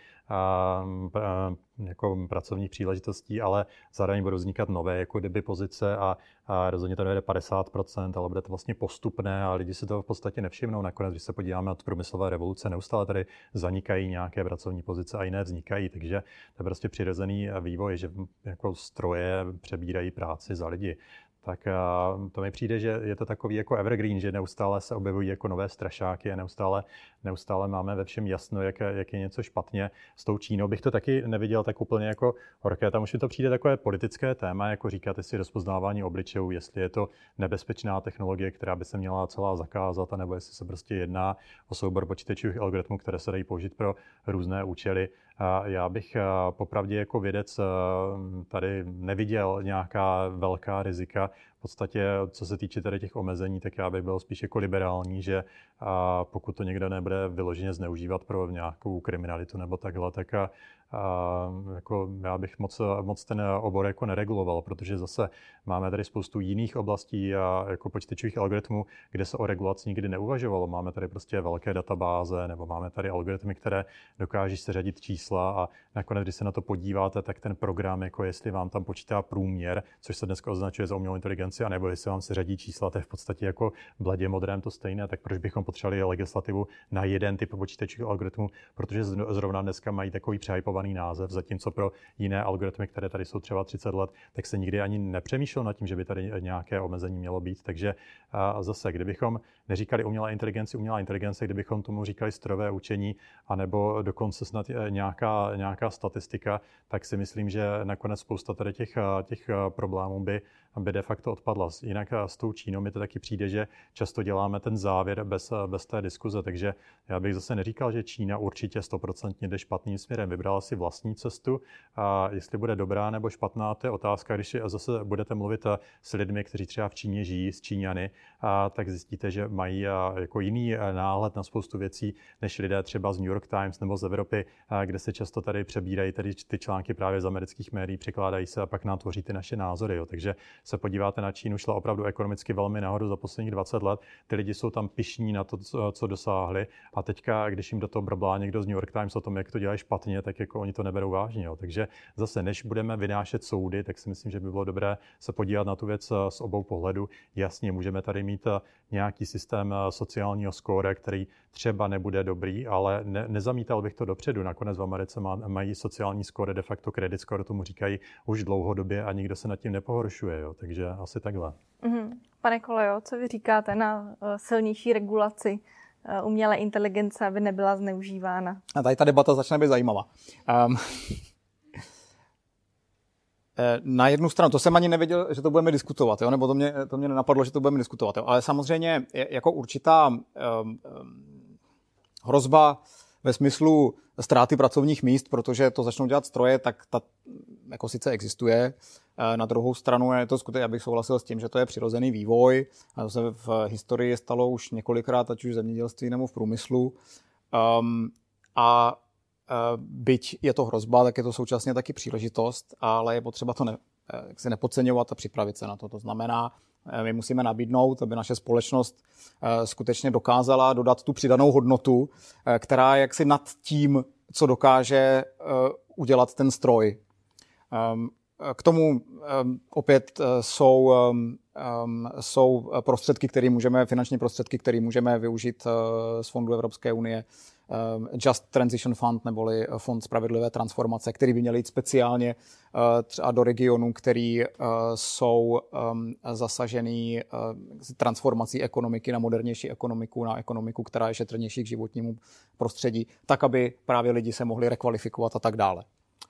jako pracovních příležitostí, ale zároveň budou vznikat nové jako kdyby pozice a rozhodně to nevede 50%, ale bude to vlastně postupné a lidi si to v podstatě nevšimnou. Nakonec, když se podíváme od průmyslové revoluce, neustále tady zanikají nějaké pracovní pozice a jiné vznikají, takže to je prostě přirozený vývoj, že jako stroje přebírají práci za lidi. Tak to mi přijde, že je to takový jako evergreen, že neustále se objevují jako nové strašáky a neustále máme ve všem jasno, jak je něco špatně. S tou Čínou bych to taky neviděl tak úplně jako horké. Tam už mi to přijde takové politické téma, jako říkáte si rozpoznávání obličejů, jestli je to nebezpečná technologie, která by se měla celá zakázat, anebo jestli se prostě jedná o soubor počítačových algoritmů, které se dají použít pro různé účely. Já bych popravdě jako vědec tady neviděl nějaká velká rizika. V podstatě, co se týče tady těch omezení, tak já bych byl spíš jako liberální, že pokud to někdo nebude vyloženě zneužívat pro nějakou kriminalitu nebo takhle, tak jako já bych moc ten obor jako nereguloval, protože zase máme tady spoustu jiných oblastí jako počítačových algoritmů, kde se o regulaci nikdy neuvažovalo. Máme tady prostě velké databáze nebo máme tady algoritmy, které dokáží seřadit čísla a nakonec, když se na to podíváte, tak ten program, jako jestli vám tam počítá průměr, což se dneska označuje za umělou inteligenci, anebo jestli vám seřadí čísla, to je v podstatě jako bledě modrém to stejné, tak proč bychom potřebovali legislativu na jeden typ počítačových algoritmů, protože zrovna dneska mají takový přehypovaný název, zatímco pro jiné algoritmy, které tady jsou třeba 30 let, tak se nikdy ani nepřemýšlel nad tím, že by tady nějaké omezení mělo být. Takže zase, kdybychom neříkali umělá inteligence, kdybychom tomu říkali strojové učení, anebo dokonce snad nějaká statistika, tak si myslím, že nakonec spousta tady těch problémů by de facto odpadla. Jinak s tou Čínou mi to taky přijde, že často děláme ten závěr bez té diskuze, takže já bych zase neříkal, že Čína určitě 100% jde špatným směrem. Vybrala si vlastní cestu a jestli bude dobrá nebo špatná, to je otázka. Když zase budete mluvit s lidmi, kteří třeba v Číně žijí, s Číňany, tak zjistíte, že mají jako jiný náhled na spoustu věcí, než lidé třeba z New York Times nebo z Evropy, kde se často tady přebírají tady ty články právě z amerických médií, překládají se a pak nám tvoří ty naše názory. Jo. Takže se podíváte na Čínu, šla opravdu ekonomicky velmi nahoru za posledních 20 let. Ty lidi jsou tam pyšní na to, co dosáhli. A teďka, když jim do toho brblá někdo z New York Times o tom, jak to dělají špatně, tak jako oni to neberou vážně. Jo. Takže zase, než budeme vynášet soudy, tak si myslím, že by bylo dobré se podívat na tu věc z obou pohledů. Jasně, můžeme tady mít nějaký systém sociálního skóre, který třeba nebude dobrý, ale nezamítal bych to dopředu. Nakonec v Americe mají sociální skóre, de facto credit score, tomu říkají už dlouhodobě a nikdo se nad tím nepohoršuje. Jo. Takže asi takhle. Pane Kolejo, co vy říkáte na silnější regulaci umělé inteligence, aby nebyla zneužívána? A tady ta debata začne být zajímavá. Na jednu stranu, to jsem ani nevěděl, že to budeme diskutovat, jo? Nebo to mě nenapadlo, že to budeme diskutovat, jo? Ale samozřejmě jako určitá hrozba ve smyslu ztráty pracovních míst, protože to začnou dělat stroje, tak ta jako sice existuje. Na druhou stranu je to skutečně, abych souhlasil s tím, že to je přirozený vývoj. A to se v historii stalo už několikrát, ať už v zemědělství nebo v průmyslu. Byť je to hrozba, tak je to současně taky příležitost, ale je potřeba to nepodceňovat a připravit se na to. To znamená, my musíme nabídnout, aby naše společnost skutečně dokázala dodat tu přidanou hodnotu, která je jaksi nad tím, co dokáže udělat ten stroj. K tomu opět jsou prostředky, finanční prostředky, které můžeme využít z fondu Evropské unie, Just Transition Fund, neboli Fond spravedlivé transformace, který by měl jít speciálně třeba do regionů, který jsou zasažený transformací ekonomiky na modernější ekonomiku, na ekonomiku, která je šetrnější k životnímu prostředí, tak, aby právě lidi se mohli rekvalifikovat a tak dále.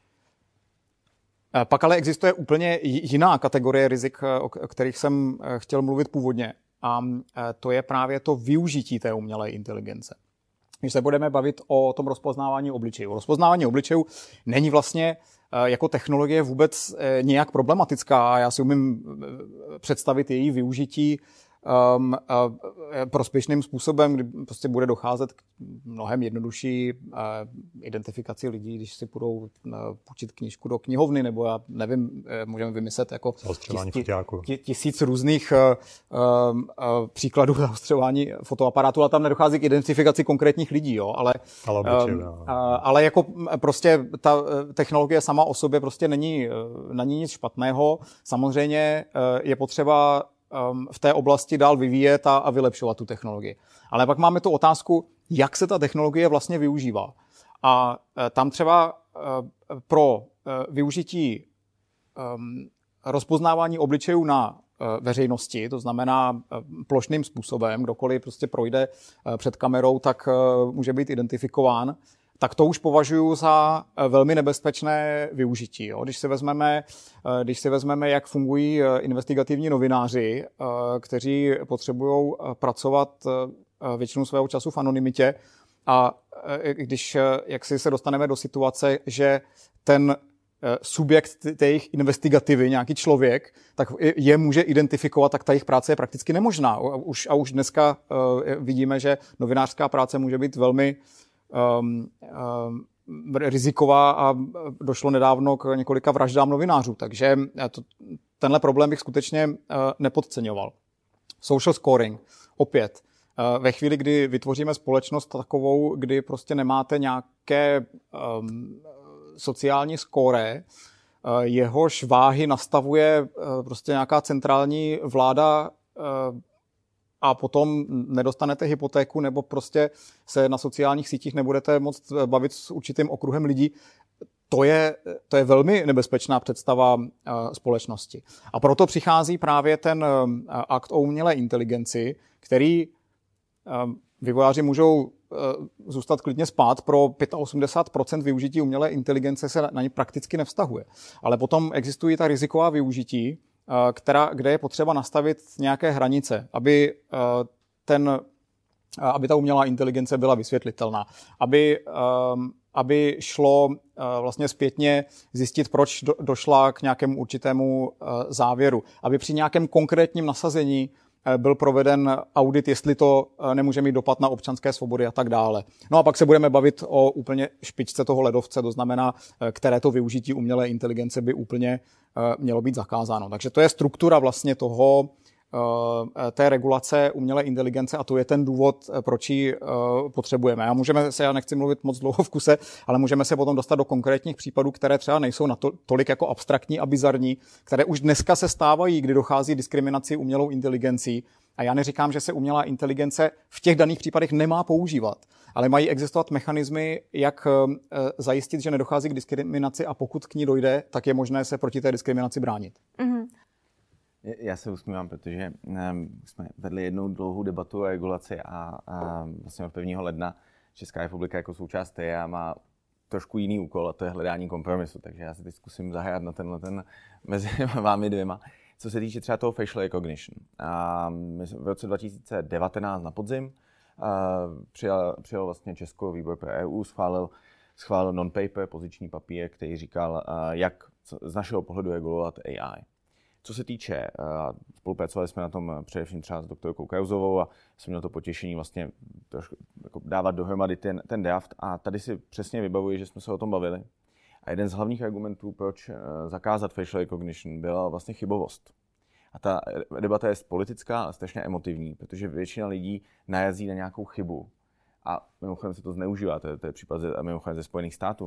Pak ale existuje úplně jiná kategorie rizik, o kterých jsem chtěl mluvit původně. A to je právě to využití té umělé inteligence. Když se budeme bavit o tom rozpoznávání obličejů. Rozpoznávání obličejů není vlastně jako technologie vůbec nějak problematická. Já si umím představit její využití prospěšným způsobem, kdy prostě bude docházet k mnohem jednodušší identifikaci lidí, když si budou půjčit knížku do knihovny, nebo já nevím, můžeme vymyslet jako 1000 různých příkladů zaostřování fotoaparátu, ale tam nedochází k identifikaci konkrétních lidí, jo, ale jako prostě ta technologie sama o sobě prostě není nic špatného. Samozřejmě je potřeba v té oblasti dál vyvíjet a vylepšovat tu technologii. Ale pak máme tu otázku, jak se ta technologie vlastně využívá. A tam třeba pro využití rozpoznávání obličejů na veřejnosti, to znamená plošným způsobem, kdokoliv prostě projde před kamerou, tak může být identifikován, tak to už považuji za velmi nebezpečné využití. Jo. Když si vezmeme, jak fungují investigativní novináři, kteří potřebují pracovat většinu svého času v anonymitě, a když jaksi se dostaneme do situace, že ten subjekt té jejich investigativy, nějaký člověk, tak je může identifikovat, tak ta jejich práce je prakticky nemožná. A už dneska vidíme, že novinářská práce může být velmi riziková a došlo nedávno k několika vraždám novinářů. Takže tenhle problém bych skutečně nepodceňoval. Social scoring. Opět, ve chvíli, kdy vytvoříme společnost takovou, kdy prostě nemáte nějaké sociální skóre, jehož váhy nastavuje prostě nějaká centrální vláda a potom nedostanete hypotéku nebo prostě se na sociálních sítích nebudete moct bavit s určitým okruhem lidí, to je velmi nebezpečná představa společnosti. A proto přichází právě ten akt o umělé inteligenci, který vývojáři můžou zůstat klidně spát. Pro 85% využití umělé inteligence se na ně prakticky nevztahuje. Ale potom existují ta riziková využití, kde je potřeba nastavit nějaké hranice, aby ta umělá inteligence byla vysvětlitelná, aby šlo vlastně zpětně zjistit, proč došla k nějakému určitému závěru, aby při nějakém konkrétním nasazení byl proveden audit, jestli to nemůže mít dopad na občanské svobody a tak dále. No a pak se budeme bavit o úplně špičce toho ledovce, to znamená, které to využití umělé inteligence by úplně mělo být zakázáno. Takže to je struktura vlastně té regulace umělé inteligence a to je ten důvod, proč ji potřebujeme. Já nechci mluvit moc dlouho v kuse, ale můžeme se potom dostat do konkrétních případů, které třeba nejsou tolik jako abstraktní a bizarní, které už dneska se stávají, kdy dochází diskriminaci umělou inteligencí. A já neříkám, že se umělá inteligence v těch daných případech nemá používat, ale mají existovat mechanismy, jak zajistit, že nedochází k diskriminaci a pokud k ní dojde, tak je možné se proti té diskriminaci bránit. Mm-hmm. Já se usmívám, protože jsme vedli jednou dlouhou debatu o regulaci a vlastně od 1. ledna Česká republika jako součást TEA má trošku jiný úkol a to je hledání kompromisu, takže já si teď zkusím zahrát na tenhle mezi vámi dvěma. Co se týče třeba toho facial recognition. V roce 2019 na podzim přijal vlastně Česko výbor pro EU, schválil non-paper, poziční papír, který říkal, jak z našeho pohledu regulovat AI. Co se týče, spolupracovali jsme na tom především třeba s doktorkou Krausovou a jsem měl to potěšení vlastně trošku jako dávat dohromady ten draft a tady si přesně vybavuji, že jsme se o tom bavili. A jeden z hlavních argumentů, proč zakázat facial recognition, byla vlastně chybovost. A ta debata je politická a strašně emotivní, protože většina lidí narazí na nějakou chybu. A mimochodem se to zneužívá, to je případ mimochodem ze Spojených států,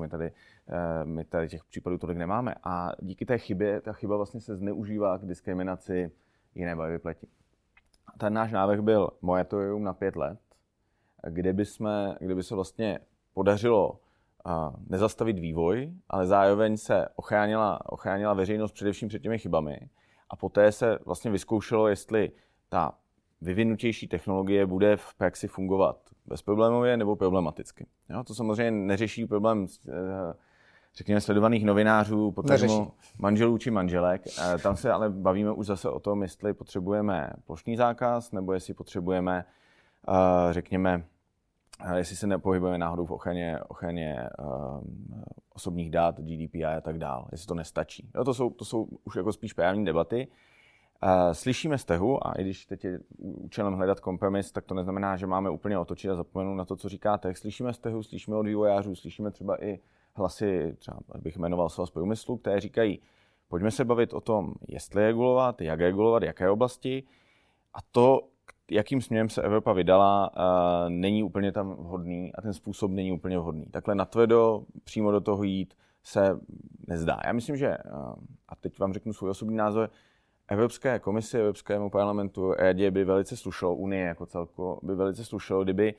my tady těch případů tolik nemáme. A díky té chybě, ta chyba vlastně se zneužívá k diskriminaci jiné barvy pleti. Ten náš návrh byl moratorium na 5 let, kdyby se vlastně podařilo nezastavit vývoj, ale zároveň se ochránila veřejnost především před těmi chybami. A poté se vlastně vyzkoušelo, jestli ta vyvinutější technologie bude v praxi fungovat bezproblémově nebo problematicky. Jo, to samozřejmě neřeší problém, řekněme, sledovaných novinářů, potažmo manželů či manželek. Tam se ale bavíme už zase o tom, jestli potřebujeme plošný zákaz, nebo jestli potřebujeme, řekněme, jestli se nepohybujeme náhodou v ochraně osobních dat, GDPR a tak dále, jestli to nestačí. Jo, to jsou už jako spíš právní debaty. Slyšíme z trhu, a i když teď je účelem hledat kompromis, tak to neznamená, že máme úplně otočit a zapomenout na to, co říká trh. Slyšíme z trhu, slyšíme od vývojářů, slyšíme třeba i hlasy, třeba bych jmenoval Svaz průmyslu, které říkají, pojďme se bavit o tom, jestli regulovat, jaké oblasti. A to, jakým směrem se Evropa vydala, není úplně tam vhodný a ten způsob není úplně vhodný. Takhle natvrdo, přímo do toho jít se nezdá. Já myslím, že, a teď vám řeknu svůj osobní názor, Evropské komisi, Evropskému parlamentu, Radě by velice slušelo, Unie jako celko, by velice slušelo, kdyby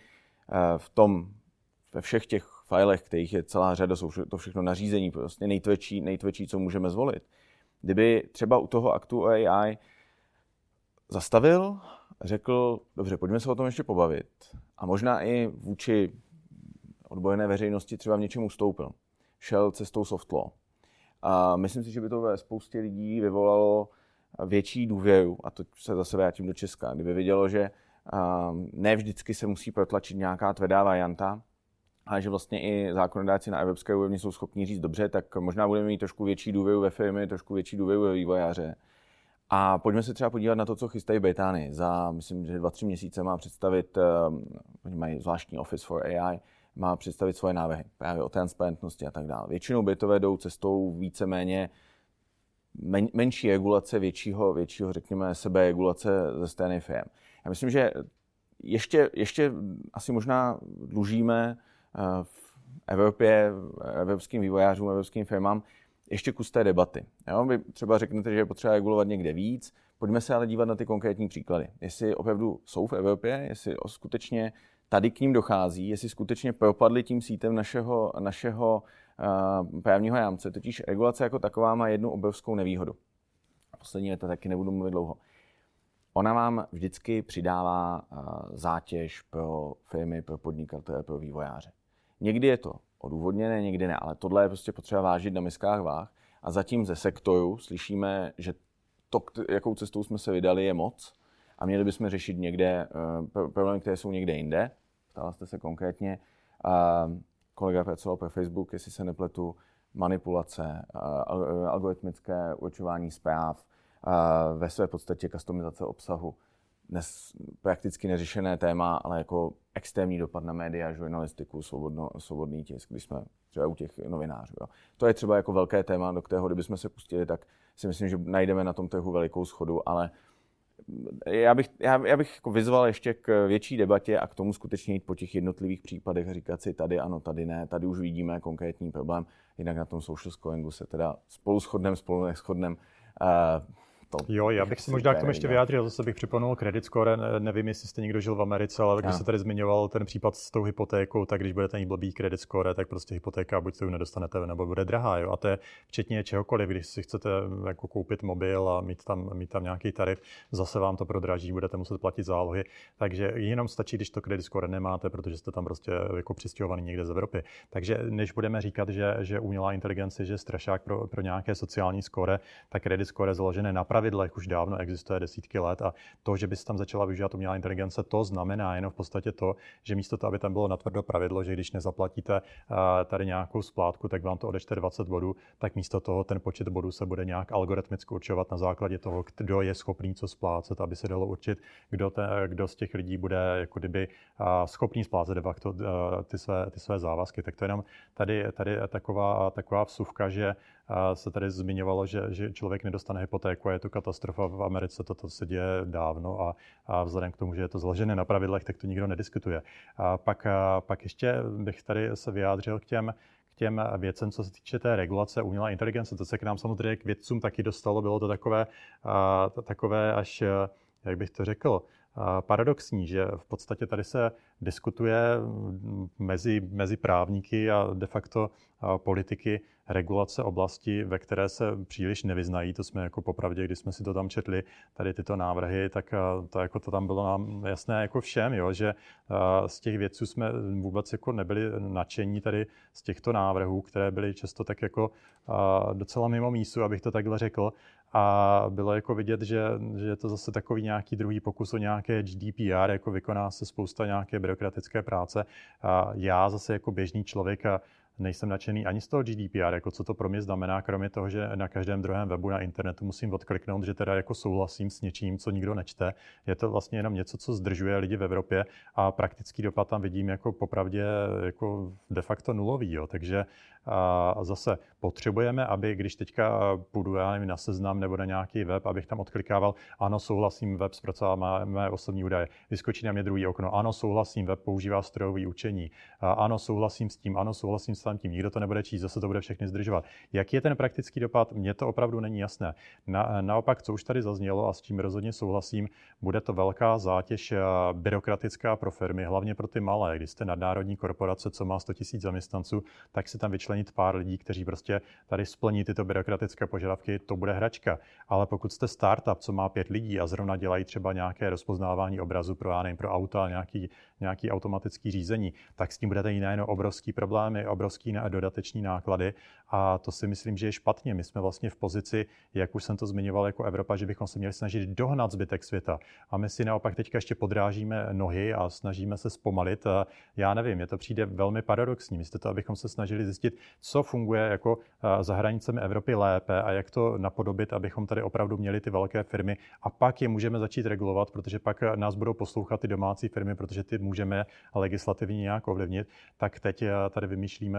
ve všech těch filech, kterých je celá řada, jsou to všechno nařízení, prostě nejtvrdší, co můžeme zvolit. Kdyby třeba u toho aktu o AI zastavil, řekl, dobře, pojďme se o tom ještě pobavit a možná i vůči odborné veřejnosti třeba v něčem ustoupil. Šel cestou soft law. A myslím si, že by to ve spoustě lidí vyvolalo větší důvěru, a to se zase vrátím do Česka, kdyby vidělo, že ne vždycky se musí protlačit nějaká tvrdá varianta, ale že vlastně i zákonodárci na evropské úrovni jsou schopni říct dobře, tak možná budeme mít trošku větší důvěru ve firmy, trošku větší důvěru ve vývojáře. A pojďme se třeba podívat na to, co chystají Británii. Za, myslím, že 2-3 měsíce má představit, oni mají zvláštní Office for AI, má představit svoje návrhy právě o transparentnosti a tak dále. Většinou Britové jdou cestou víceméně menší regulace, většího, řekněme, seberegulace ze strany firm. Já myslím, že ještě asi možná dlužíme v Evropě, evropským vývojářům, evropským firmám ještě kus té debaty. Jo? Vy třeba řeknete, že je potřeba regulovat někde víc, pojďme se ale dívat na ty konkrétní příklady. Jestli opravdu jsou v Evropě, jestli skutečně tady k ním dochází, jestli skutečně propadli tím sítem našeho právního rámce. Totiž regulace jako taková má jednu obrovskou nevýhodu. Poslední věta, taky nebudu mluvit dlouho. Ona vám vždycky přidává zátěž pro firmy, pro podnikatele, pro vývojáře. Někdy je to odůvodněné, někdy ne, ale tohle je prostě potřeba vážit na miskách váh. A zatím ze sektoru slyšíme, že to, jakou cestou jsme se vydali, je moc a měli bychom řešit někde problémy, které jsou někde jinde. Ptala jste se konkrétně. Kolega pracoval pro Facebook, jestli se nepletu, manipulace, algoritmické určování zpráv, ve své podstatě customizace obsahu. Dnes prakticky neřešené téma, ale jako extrémní dopad na média, žurnalistiku, svobodný tisk, když jsme třeba u těch novinářů. Jo. To je třeba jako velké téma, do kterého, kdybychom se pustili, tak si myslím, že najdeme na tom trhu velikou shodu, ale já bych jako vyzval ještě k větší debatě a k tomu skutečně jít po těch jednotlivých případech a říkat si tady ano, tady ne, tady už vidíme konkrétní problém, jinak na tom social scoringu se teda spolu neshodneme. Jo, já bych si možná k tomu ještě vyjádřil, zase bych připomenul credit score, nevím, jestli jste někdo žil v Americe, ale když se tady zmiňoval ten případ s tou hypotékou, tak když budete mít blbý credit score, tak prostě hypotéka buď se ju nedostanete, nebo bude drahá, jo. A to je včetně čehokoliv, když si chcete jako koupit mobil a mít tam nějaký tarif, zase vám to prodraží, budete muset platit zálohy, takže jenom stačí, když to credit score nemáte, protože jste tam prostě jako přistěhovaný někde z Evropy. Takže než budeme říkat, že umělá inteligence je strašák pro nějaké sociální skóre, tak credit score je založené na pravidlech, už dávno existuje desítky let a to, že by se tam začala využívat umělá inteligence, to znamená jenom v podstatě to, že místo toho, aby tam bylo natvrdo pravidlo, že když nezaplatíte tady nějakou splátku, tak vám to odečte 20 bodů, tak místo toho ten počet bodů se bude nějak algoritmicky určovat na základě toho, kdo je schopný co splácet, aby se dalo určit, kdo z těch lidí bude jako kdyby schopný splácet de facto ty své závazky. Tak to je jenom tady taková vsuvka, že se tady zmiňovalo, že člověk nedostane hypotéku a je to katastrofa v Americe, toto se děje dávno a vzhledem k tomu, že je to založené na pravidlech, tak to nikdo nediskutuje. Pak ještě bych tady se vyjádřil k těm věcem, co se týče té regulace umělé inteligence. To se k nám samozřejmě k vědcům taky dostalo, bylo to takové až, jak bych to řekl, paradoxní, že v podstatě tady se diskutuje mezi právníky a de facto politiky regulace oblasti, ve které se příliš nevyznají. To jsme jako popravdě, když jsme si to tam četli, tady tyto návrhy, tak to tam bylo nám jasné jako všem, jo, že z těch vědců jsme vůbec jako nebyli nadšení tady z těchto návrhů, které byly často tak jako docela mimo mísu, abych to takhle řekl. A bylo jako vidět, že je to zase takový nějaký druhý pokus o nějaké GDPR, jako vykoná se spousta nějaké byrokratické práce. A já zase jako běžný člověk nejsem nadšený ani z toho GDPR, jako co to pro mě znamená, kromě toho, že na každém druhém webu na internetu musím odkliknout, že teda jako souhlasím s něčím, co nikdo nečte. Je to vlastně jenom něco, co zdržuje lidi v Evropě a praktický dopad tam vidím jako popravdě jako de facto nulový. Jo. Takže zase potřebujeme, aby když teďka půjdu na Seznam nebo na nějaký web, abych tam odklikával, ano, souhlasím, web zpracovává mé osobní údaje. Vyskočí na mě druhý okno, ano, souhlasím, web používá strojové učení, ano, souhlasím s tím, ano, souhlasím s tím, nikdo to nebude číst, zase to bude všechny zdržovat. Jaký je ten praktický dopad? Mně to opravdu není jasné. Naopak, co už tady zaznělo a s tím rozhodně souhlasím, bude to velká zátěž byrokratická pro firmy, hlavně pro ty malé. Když jste nadnárodní korporace, co má 100 000 zaměstnanců, tak si tam vyčlenit pár lidí, kteří prostě tady splní tyto byrokratické požadavky, to bude hračka. Ale pokud jste startup, co má 5 lidí a zrovna dělají třeba nějaké rozpoznávání obrazu pro auta, nějaký automatický řízení, tak s tím budete mít nejen obrovský problémy, obrovský dodateční náklady a to si myslím, že je špatně. My jsme vlastně v pozici, jak už jsem to zmiňoval jako Evropa, že bychom se měli snažit dohnat zbytek světa. A my si naopak teďka ještě podrážíme nohy a snažíme se zpomalit. Já nevím, mně to přijde velmi paradoxní. Místo toho, abychom se snažili zjistit, co funguje jako za hranicemi Evropy lépe a jak to napodobit, abychom tady opravdu měli ty velké firmy a pak je můžeme začít regulovat, protože pak nás budou poslouchat ty domácí firmy, protože ty můžeme legislativně nějak ovlivnit. Tak teď tady vymýšlíme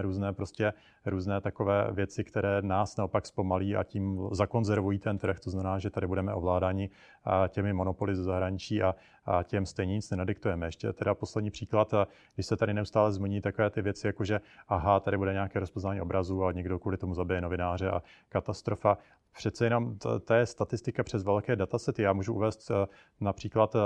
různé takové věci, které nás naopak zpomalí a tím zakonzervují ten trh. To znamená, že tady budeme ovládáni těmi monopoly ze zahraničí a těm stejně nic nenadiktujeme. Ještě teda poslední příklad, když se tady neustále zmiňují takové ty věci, jako že tady bude nějaké rozpoznání obrazů a někdo kvůli tomu zabije novináře a katastrofa. Přece jenom to je statistika přes velké datasety. Já můžu uvést například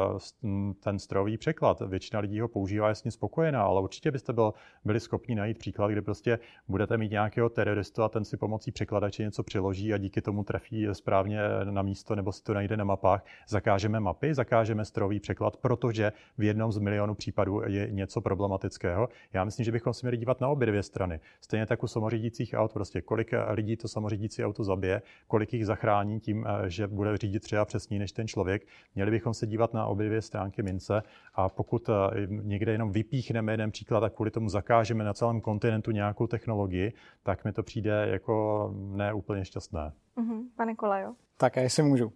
ten strojový překlad. Většina lidí ho používá, je s ním spokojená, ale určitě byste byli schopni najít příklad, kde prostě budete mít nějakého teroristu a ten si pomocí překladače něco přeloží a díky tomu trefí správně na místo nebo si to najde na mapách. Zakážeme mapy, zakážeme strojový překlad, protože v jednom z milionů případů je něco problematického. Já myslím, že bychom se měli dívat na obě dvě strany. Stejně tak u samořídících aut, prostě kolik lidí to samořídící auto zabije, kolik jich zachrání tím, že bude řídit třeba přesněji než ten člověk. Měli bychom se dívat na obě dvě stránky mince a pokud někde jenom vypíchneme jeden příklad a kvůli tomu zakážeme na celém kontinentu nějakou technologii, tak mi to přijde jako ne úplně šťastné. Pane Kolajo. Tak a jestli můžu.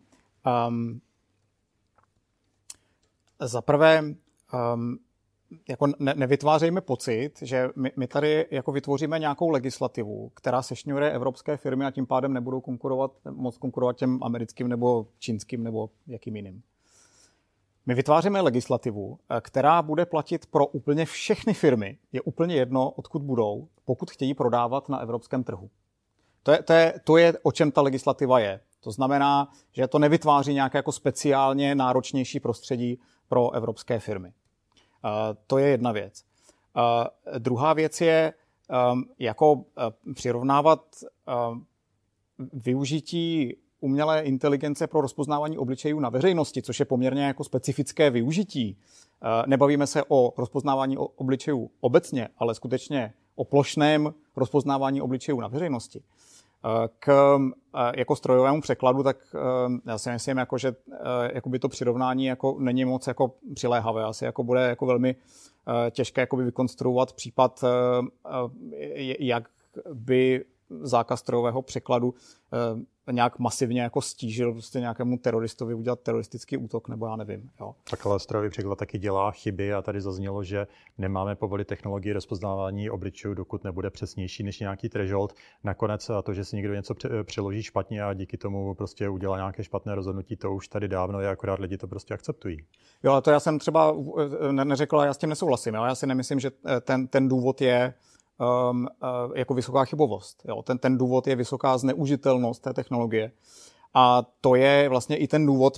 Za prvé, jako nevytvářejme pocit, že my tady jako vytvoříme nějakou legislativu, která sešňuje evropské firmy a tím pádem nebudou moc konkurovat těm americkým nebo čínským nebo jakým jiným. My vytváříme legislativu, která bude platit pro úplně všechny firmy. Je úplně jedno, odkud budou, pokud chtějí prodávat na evropském trhu. To je, o čem ta legislativa je. To znamená, že to nevytváří nějaké jako speciálně náročnější prostředí pro evropské firmy. To je jedna věc. Druhá věc je jako přirovnávat využití umělé inteligence pro rozpoznávání obličejů na veřejnosti, což je poměrně jako specifické využití. Nebavíme se o rozpoznávání obličejů obecně, ale skutečně o plošném rozpoznávání obličejů na veřejnosti. K jako strojovému překladu, tak já si myslím, jako, že jakoby to přirovnání jako není moc jako přiléhavé. Asi jako bude jako velmi těžké jakoby vykonstruovat případ, jak by zákaz strojového překladu nějak masivně jako stížil prostě nějakému teroristovi udělat teroristický útok, nebo já nevím. Jo. Tak ale strojový překlad taky dělá chyby a tady zaznělo, že nemáme povolit technologii rozpoznávání obličejů, dokud nebude přesnější než nějaký threshold. Nakonec to, že si někdo něco přeloží špatně a díky tomu prostě udělá nějaké špatné rozhodnutí, to už tady dávno je, akorát lidi to prostě akceptují. Jo, ale to já jsem třeba neřekl, já s tím nesouhlasím. Jo. Já si nemyslím, že ten důvod je jako vysoká chybovost. Jo. Ten důvod je vysoká zneužitelnost té technologie. A to je vlastně i ten důvod,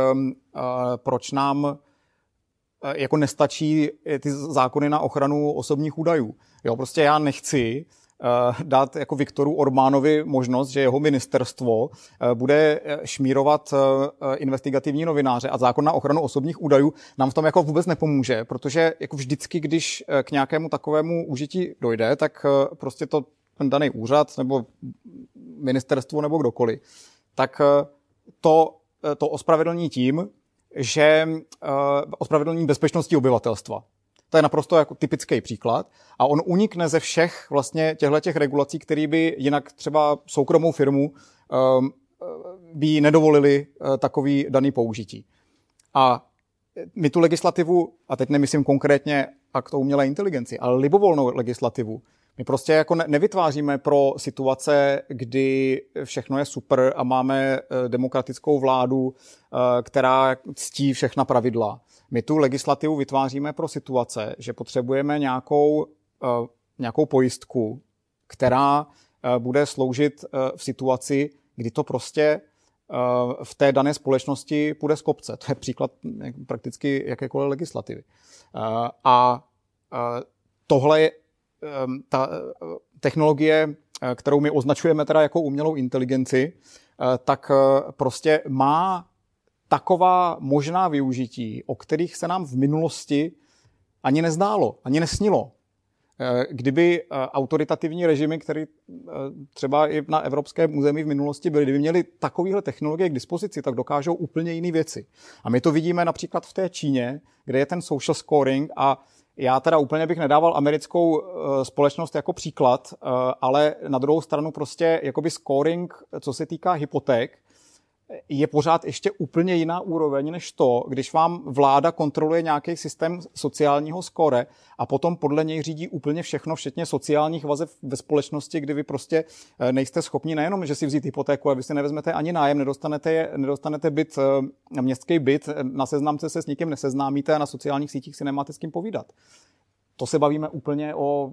proč nám jako nestačí ty zákony na ochranu osobních údajů. Jo, prostě já nechci dát jako Viktoru Orbánovi možnost, že jeho ministerstvo bude šmírovat investigativní novináře a zákon na ochranu osobních údajů nám v tom jako vůbec nepomůže, protože jako vždycky, když k nějakému takovému užití dojde, tak prostě ten daný úřad nebo ministerstvo nebo kdokoliv, tak to ospravedlní tím, že ospravedlní bezpečností obyvatelstva. To je naprosto jako typický příklad a on unikne ze všech vlastně těchto regulací, které by jinak třeba soukromou firmu by nedovolili takový daný použití. A my tu legislativu, a teď nemyslím konkrétně akt o umělé inteligenci, ale libovolnou legislativu, my prostě jako nevytváříme pro situace, kdy všechno je super a máme demokratickou vládu, která ctí všechna pravidla. My tu legislativu vytváříme pro situace, že potřebujeme nějakou pojistku, která bude sloužit v situaci, kdy to prostě v té dané společnosti půjde z kopce. To je příklad prakticky jakékoliv legislativy. A tohle je ta technologie, kterou my označujeme teda jako umělou inteligenci, tak prostě má taková možná využití, o kterých se nám v minulosti ani nezdálo, ani nesnilo. Kdyby autoritativní režimy, které třeba i na evropském území v minulosti byly, kdyby měly takovéhle technologie k dispozici, tak dokážou úplně jiné věci. A my to vidíme například v té Číně, kde je ten social scoring a já teda úplně bych nedával americkou společnost jako příklad, ale na druhou stranu prostě jakoby scoring, co se týká hypoték, je pořád ještě úplně jiná úroveň než to, když vám vláda kontroluje nějaký systém sociálního skóre a potom podle něj řídí úplně všechno, včetně sociálních vazeb ve společnosti, kdy vy prostě nejste schopni nejenom, že si vzít hypotéku, ale vy si nevezmete ani nájem, nedostanete byt, městský byt, na seznamce se s nikým neseznámíte a na sociálních sítích si nemáte s kým povídat. To se bavíme úplně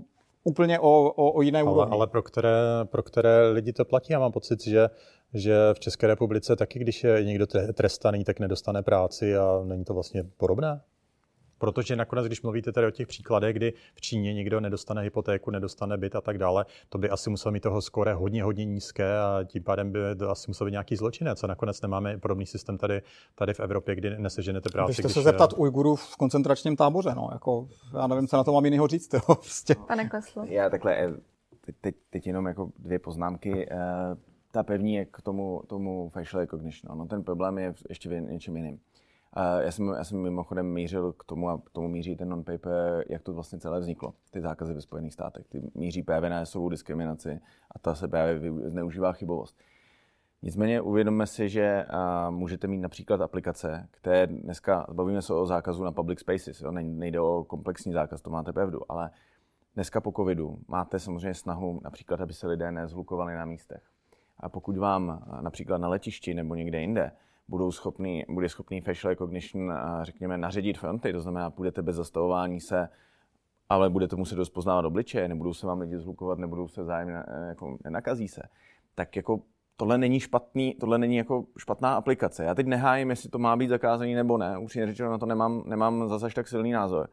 o jiné úrovni. Ale pro které lidi to platí? Já mám pocit, že v České republice taky, když je někdo trestaný, tak nedostane práci a není to vlastně podobné? Protože nakonec, když mluvíte tady o těch příkladech, kdy v Číně někdo nedostane hypotéku, nedostane byt a tak dále, to by asi musel mít toho skóre hodně nízké a tím pádem by to asi musel být nějaký zločinec. A nakonec nemáme podobný systém tady v Evropě, kdy neseženete práci. Běžte se zeptat Ujgurů v koncentračním táboře. No. Jako, já nevím, co na to mám jinýho říct. Jo, prostě. Pane Kleslo. Já takhle, teď jenom jako 2 poznámky. Ta první je k tomu facial recognition. No, ten problém je ještě v něčem jiným. Já jsem mimochodem mířil k tomu, a k tomu míří ten non-paper, jak to vlastně celé vzniklo, ty zákazy ve Spojených státech. Ty míří právě na jasovou diskriminaci a ta se právě zneužívá chybovost. Nicméně uvědomme si, že můžete mít například aplikace, které dneska, bavíme se o zákazu na public spaces, jo? Nejde o komplexní zákaz, to máte pravdu, ale dneska po covidu máte samozřejmě snahu například, aby se lidé nezhlukovali na místech. A pokud vám například na letišti nebo někde jinde bude schopný facial recognition, řekněme, naředit fronty, to znamená, půjdete bez zastavování se, ale budete muset rozpoznávat obličeje, nebudou se vám lidi zhlukovat, nebudou se vzájemně, jako nenakazí se, tak jako tohle není jako špatná aplikace. Já teď nehájím, jestli to má být zakázaný nebo ne. Upřímně řečeno, na to nemám zase tak silný názor.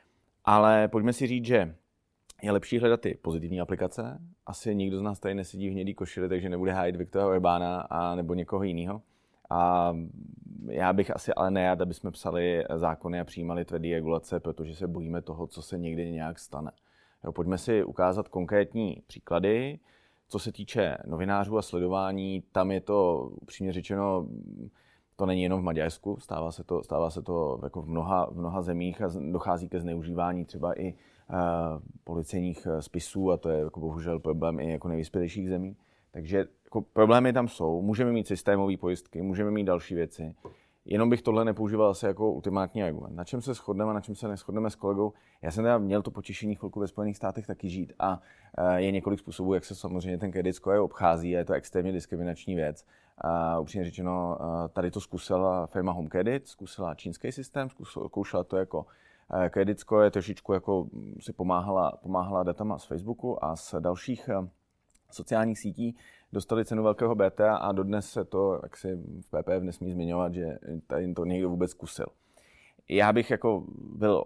Ale pojďme si říct, že je lepší hledat ty pozitivní aplikace. Asi nikdo z nás tady nesedí v hnědý košili, takže nebude hájit Viktora Orbána a nebo někoho jiného. A já bych asi ale nejad, aby jsme psali zákony a přijímali tvrdé regulace, protože se bojíme toho, co se někdy nějak stane. Jo, pojďme si ukázat konkrétní příklady. Co se týče novinářů a sledování, tam je to, upřímně řečeno, to není jenom v Maďarsku, stává se to jako v mnoha zemích a dochází ke zneužívání třeba i policejních spisů a to je jako bohužel problém i jako nejvyspělejších zemí. Takže jako problémy tam jsou, můžeme mít systémové pojistky, můžeme mít další věci. Jenom bych tohle nepoužíval asi jako ultimátní argument. Na čem se shodneme a na čem se neshodneme s kolegou. Já jsem teda měl to potěšení chvilku ve Spojených státech taky žít a je několik způsobů, jak se samozřejmě ten credit score obchází a je to extrémně diskriminační věc. Upřímně řečeno, tady to zkusila firma Home Credit, zkusila čínský systém, zkoušela to jako credit score, trošičku jako si pomáhala datama z Facebooku a z dalších sociálních sítí. Dostali cenu velkého beta a dodnes se to, jak si v PPF nesmí zmiňovat, že tady to někdo vůbec zkusil. Já bych jako byl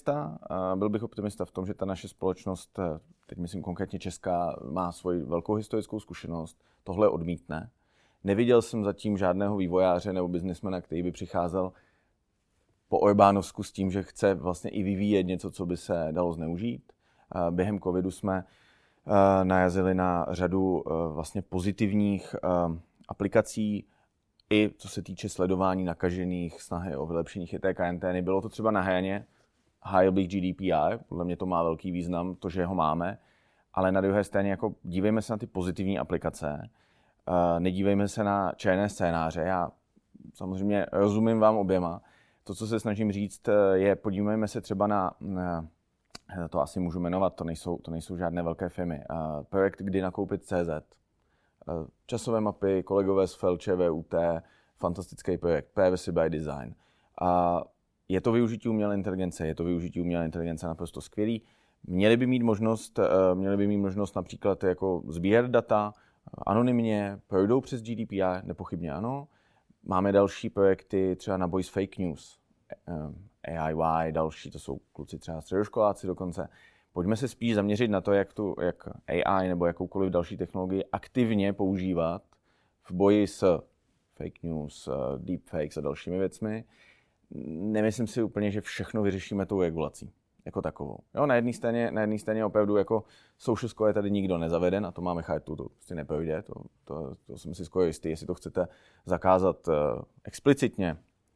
bych optimista v tom, že ta naše společnost, teď myslím konkrétně česká, má svoji velkou historickou zkušenost, tohle odmítne. Neviděl jsem zatím žádného vývojáře nebo biznismena, který by přicházel po Orbánovsku s tím, že chce vlastně i vyvíjet něco, co by se dalo zneužít. Během covidu jsme najazili na řadu vlastně pozitivních aplikací, i co se týče sledování nakažených, snahy o vylepšení chytré karantény. Bylo to třeba na hraně Heilblich GDPR, podle mě to má velký význam, to, že ho máme, ale na druhé straně jako dívejme se na ty pozitivní aplikace, nedívejme se na černé scénáře. Já samozřejmě rozumím vám oběma. To, co se snažím říct, je podívejme se třeba na to asi můžu jmenovat, to nejsou žádné velké firmy. Projekt Kdy nakoupit CZ. Časové mapy, kolegové z FEL, ČVUT, fantastický projekt, Privacy by Design. Je to využití umělé inteligence naprosto skvělý. Měli by mít možnost například jako sbírat data anonymně, projdou přes GDPR, nepochybně ano. Máme další projekty třeba na boj s fake news. AIY, další, to jsou kluci třeba středoškoláci dokonce. Pojďme se spíš zaměřit na to, jak AI nebo jakoukoliv další technologii aktivně používat v boji s fake news, deepfakes a dalšími věcmi. Nemyslím si úplně, že všechno vyřešíme tou regulací jako takovou. Jo, na jedné straně opravdu jako social score tady nikdo nezaveden a to máme chartu, to prostě neprojde, to jsem si skoro jistý, jestli to chcete zakázat explicitně.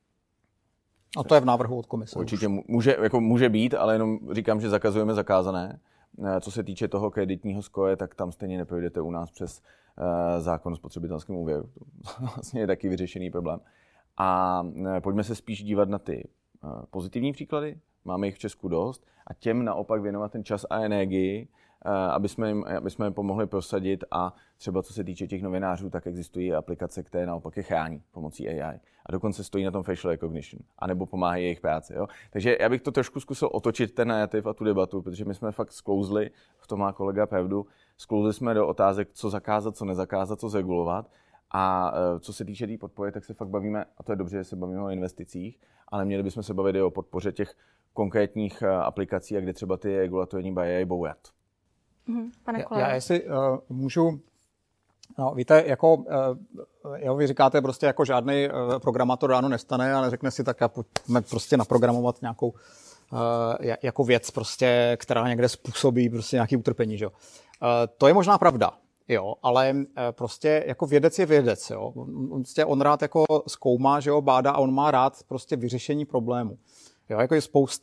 A to je v návrhu od komise. Určitě může být, ale jenom říkám, že zakazujeme zakázané. Co se týče toho kreditního score, tak tam stejně neprojdete u nás přes zákon o spotřebitelském úvěru. To vlastně je taky vyřešený problém. A pojďme se spíš dívat na ty pozitivní příklady. Máme jich v Česku dost a těm naopak věnovat ten čas a energii, aby jsme jim pomohli prosadit a třeba co se týče těch novinářů, tak existují aplikace, které naopak je chrání pomocí AI a dokonce stojí na tom facial recognition, anebo pomáhají jejich práci. Jo? Takže já bych to trošku zkusil otočit ten narrativ a tu debatu, protože my jsme fakt sklouzli, v tom má kolega pravdu, sklouzli jsme do otázek, co zakázat, co nezakázat, co zregulovat. A co se týče té podpory, tak se fakt bavíme, a to je dobře, že se bavíme o investicích, ale měli bychom se bavit i o podpoře těch konkrétních aplikací, a kde třeba ty regulatorní bariéry bourat. Pane kolego. Já jestli můžu, no víte, jako vy říkáte prostě jako žádný programátor ráno nestane a neřekne si tak, pojďme prostě naprogramovat nějakou jako věc prostě, která někde způsobí prostě nějaký utrpení, že jo. To je možná pravda. Jo, ale prostě jako vědec je vědec, jo. On rád jako zkoumá, že jo, bádá a on má rád prostě vyřešení problému. Jo, jako je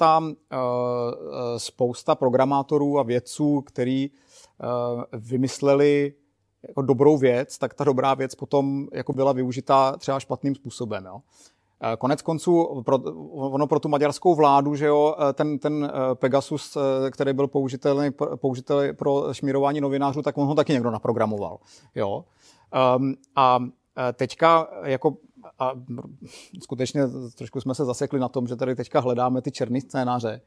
spousta programátorů a vědců, kteří vymysleli jako dobrou věc, tak ta dobrá věc potom jako byla využita třeba špatným způsobem, jo. Konec konců pro tu maďarskou vládu, že jo, ten Pegasus, který byl použitelný pro šmírování novinářů, tak on ho taky někdo naprogramoval. Jo. A teďka jako a skutečně trošku jsme se zasekli na tom, že tady teďka hledáme ty černý scénáře.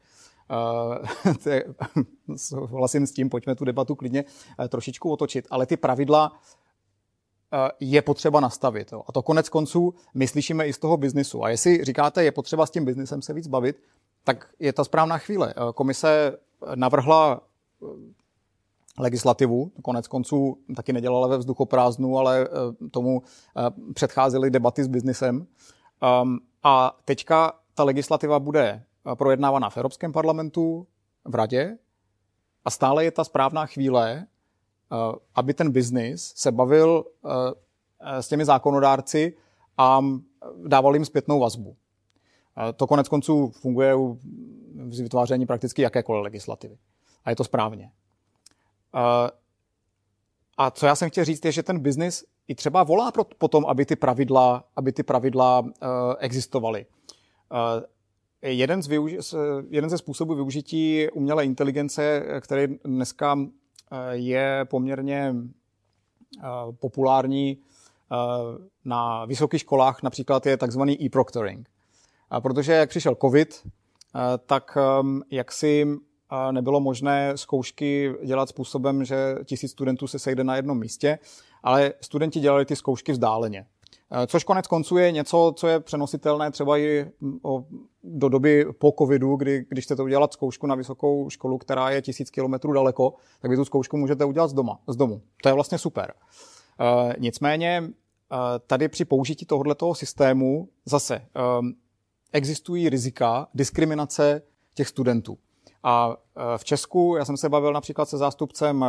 Vlastně s tím, pojďme tu debatu klidně trošičku otočit, ale ty pravidla je potřeba nastavit. Jo. A to konec konců my slyšíme i z toho biznisu. A jestli říkáte, je potřeba s tím biznisem se víc bavit, tak je ta správná chvíle. Komise navrhla legislativu, konec konců taky nedělala ve vzduchoprázdnu, ale tomu předcházely debaty s biznisem. A teďka ta legislativa bude projednávána v Evropském parlamentu, v Radě a stále je ta správná chvíle, aby ten biznis se bavil s těmi zákonodárci a dával jim zpětnou vazbu. To konec konců funguje u vytváření prakticky jakékoliv legislativy. A je to správně. A co já jsem chtěl říct, je, že ten biznis i třeba volá potom, aby ty pravidla existovaly. Jeden ze způsobů využití umělé inteligence, který dneska je poměrně populární na vysokých školách, například je takzvaný e-proctoring. Protože jak přišel covid, tak jaksi nebylo možné zkoušky dělat způsobem, že 1000 studentů se sejde na jednom místě, ale studenti dělali ty zkoušky vzdáleně. Což konec konců je něco, co je přenositelné třeba i do doby po covidu, když chcete udělat zkoušku na vysokou školu, která je 1000 kilometrů daleko, tak vy tu zkoušku můžete udělat z domu. To je vlastně super. Nicméně tady při použití tohoto systému zase existují rizika diskriminace těch studentů. A v Česku, já jsem se bavil například se zástupcem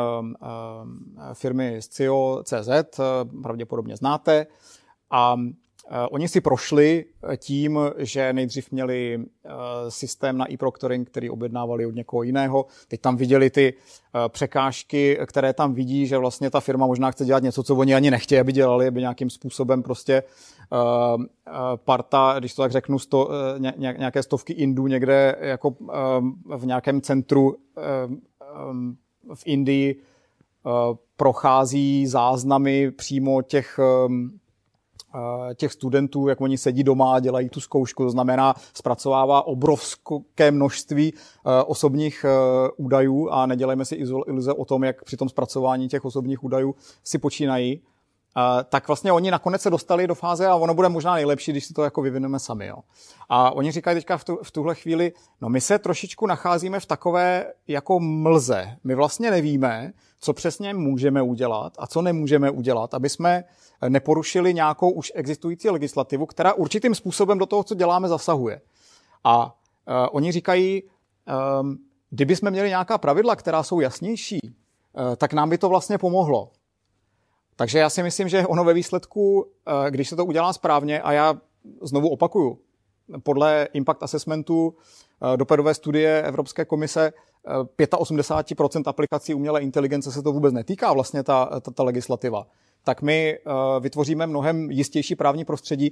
firmy Scio.cz, pravděpodobně znáte, a oni si prošli tím, že nejdřív měli systém na e-proctoring, který objednávali od někoho jiného. Teď tam viděli ty překážky, které tam vidí, že vlastně ta firma možná chce dělat něco, co oni ani nechtějí, aby dělali, aby nějakým způsobem prostě parta, když to tak řeknu, nějaké stovky Indů někde jako v nějakém centru v Indii prochází záznamy přímo těch studentů, jak oni sedí doma a dělají tu zkoušku, to znamená zpracovává obrovské množství osobních údajů a nedělejme si iluze o tom, jak při tom zpracování těch osobních údajů si počínají, tak vlastně oni nakonec se dostali do fáze a ono bude možná nejlepší, když si to jako vyvineme sami. Jo. A oni říkají teďka v tuhle chvíli, no my se trošičku nacházíme v takové jako mlze. My vlastně nevíme, co přesně můžeme udělat a co nemůžeme udělat, aby jsme neporušili nějakou už existující legislativu, která určitým způsobem do toho, co děláme, zasahuje. A oni říkají, kdyby jsme měli nějaká pravidla, která jsou jasnější, tak nám by to vlastně pomohlo. Takže já si myslím, že ono ve výsledku, když se to udělá správně, a já znovu opakuju, podle Impact Assessmentu dopadové studie Evropské komise 85% aplikací umělé inteligence se to vůbec netýká vlastně ta legislativa, tak my vytvoříme mnohem jistější právní prostředí,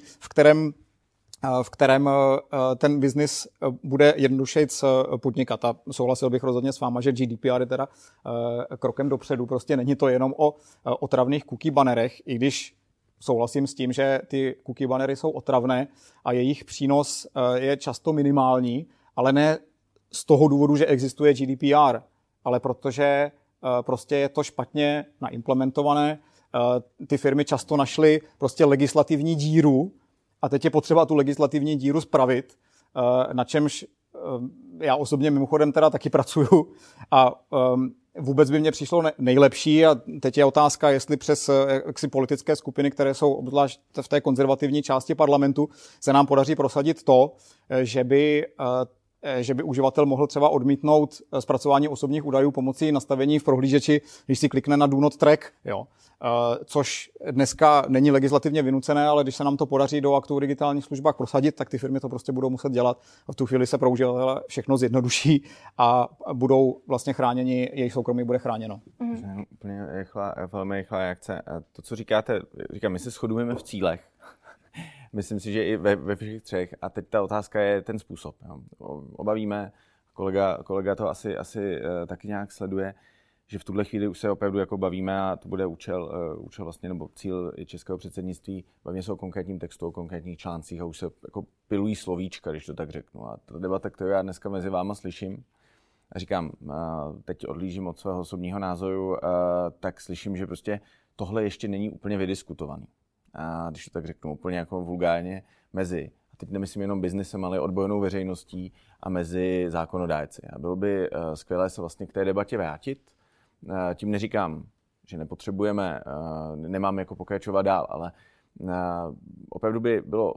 v kterém ten biznis bude jednodušeji podnikat. A souhlasil bych rozhodně s váma, že GDPR je teda krokem dopředu. Prostě není to jenom o otravných cookie bannerech, i když souhlasím s tím, že ty cookie bannery jsou otravné a jejich přínos je často minimální, ale ne z toho důvodu, že existuje GDPR, ale protože prostě je to špatně naimplementované. Ty firmy často našly prostě legislativní díru a teď je potřeba tu legislativní díru spravit, na čemž já osobně mimochodem teda taky pracuju a vůbec by mě přišlo nejlepší a teď je otázka, jestli přes politické skupiny, které jsou obzvlášť v té konzervativní části parlamentu, se nám podaří prosadit to, že by uživatel mohl třeba odmítnout zpracování osobních údajů pomocí nastavení v prohlížeči, když si klikne na Do Not Track, jo. Což dneska není legislativně vynucené, ale když se nám to podaří do aktu o digitálních službách prosadit, tak ty firmy to prostě budou muset dělat a v tu chvíli se pro uživatele všechno zjednoduší a budou vlastně chráněni, jejich soukromí bude chráněno. Úplně velmi rychlá reakce. To, co říkáte, my se shodujeme v cílech. Myslím si, že i ve všech třech. A teď ta otázka je ten způsob. Jo. Obavíme, kolega to asi taky nějak sleduje, že v tuhle chvíli už se opravdu jako bavíme a to bude účel vlastně, nebo cíl českého předsednictví. Bavíme se o konkrétním textu, o konkrétních článcích a už se jako pilují slovíčka, když to tak řeknu. A ta debata, kterou já dneska mezi váma slyším, a říkám, teď odlížím od svého osobního názoru, tak slyším, že prostě tohle ještě není úplně vydiskutovaný. A když to tak řeknu úplně jako vulgárně, mezi, a teď nemyslím jenom biznesem, ale odbornou veřejností a mezi zákonodárci. A bylo by skvělé se vlastně k té debatě vrátit. Tím neříkám, že nepotřebujeme, nemáme jako pokračovat dál, ale opravdu by bylo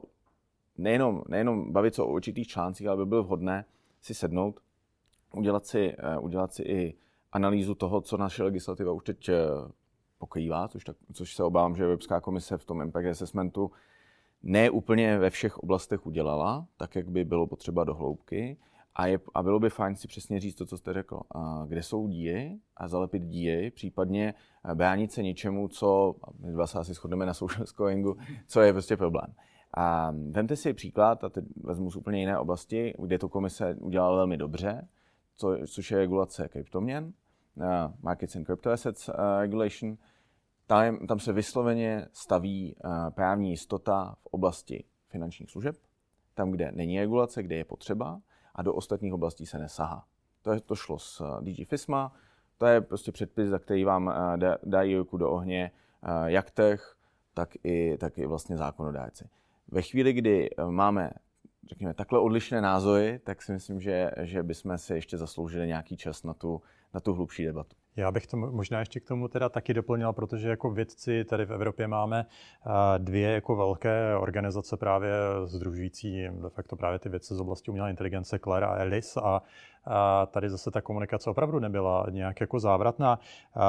nejenom bavit se o určitých článcích, ale by bylo vhodné si sednout, udělat si i analýzu toho, co naše legislativa už teď pokrývá, což se obávám, že Evropská komise v tom Impact Assessmentu ne úplně ve všech oblastech udělala, tak jak by bylo potřeba do hloubky. A bylo by fajn si přesně říct to, co jste řekl. Kde jsou díry a zalepit díry, případně bránit se něčemu, co, my dva se asi shodneme na social scoringu, co je prostě problém. A vemte si příklad, a teď vezmu z úplně jiné oblasti, kde to komise udělala velmi dobře, což je regulace kryptoměn, Markets and Crypto Assets Regulation. Tam se vysloveně staví právní jistota v oblasti finančních služeb, tam, kde není regulace, kde je potřeba, a do ostatních oblastí se nesahá. To šlo s DG FISMA, to je prostě předpis, za který vám dají ruku do ohně jak trh, tak i vlastně zákonodárci. Ve chvíli, kdy máme, řekněme, takhle odlišné názory, tak si myslím, že bychom si ještě zasloužili nějaký čas na tu hlubší debatu. Já bych to možná ještě k tomu teda taky doplnil, protože jako vědci tady v Evropě máme dvě jako velké organizace právě sdružující de facto právě ty vědce z oblasti umělé inteligence, Claire a Alice, a tady zase ta komunikace opravdu nebyla nějak jako závratná.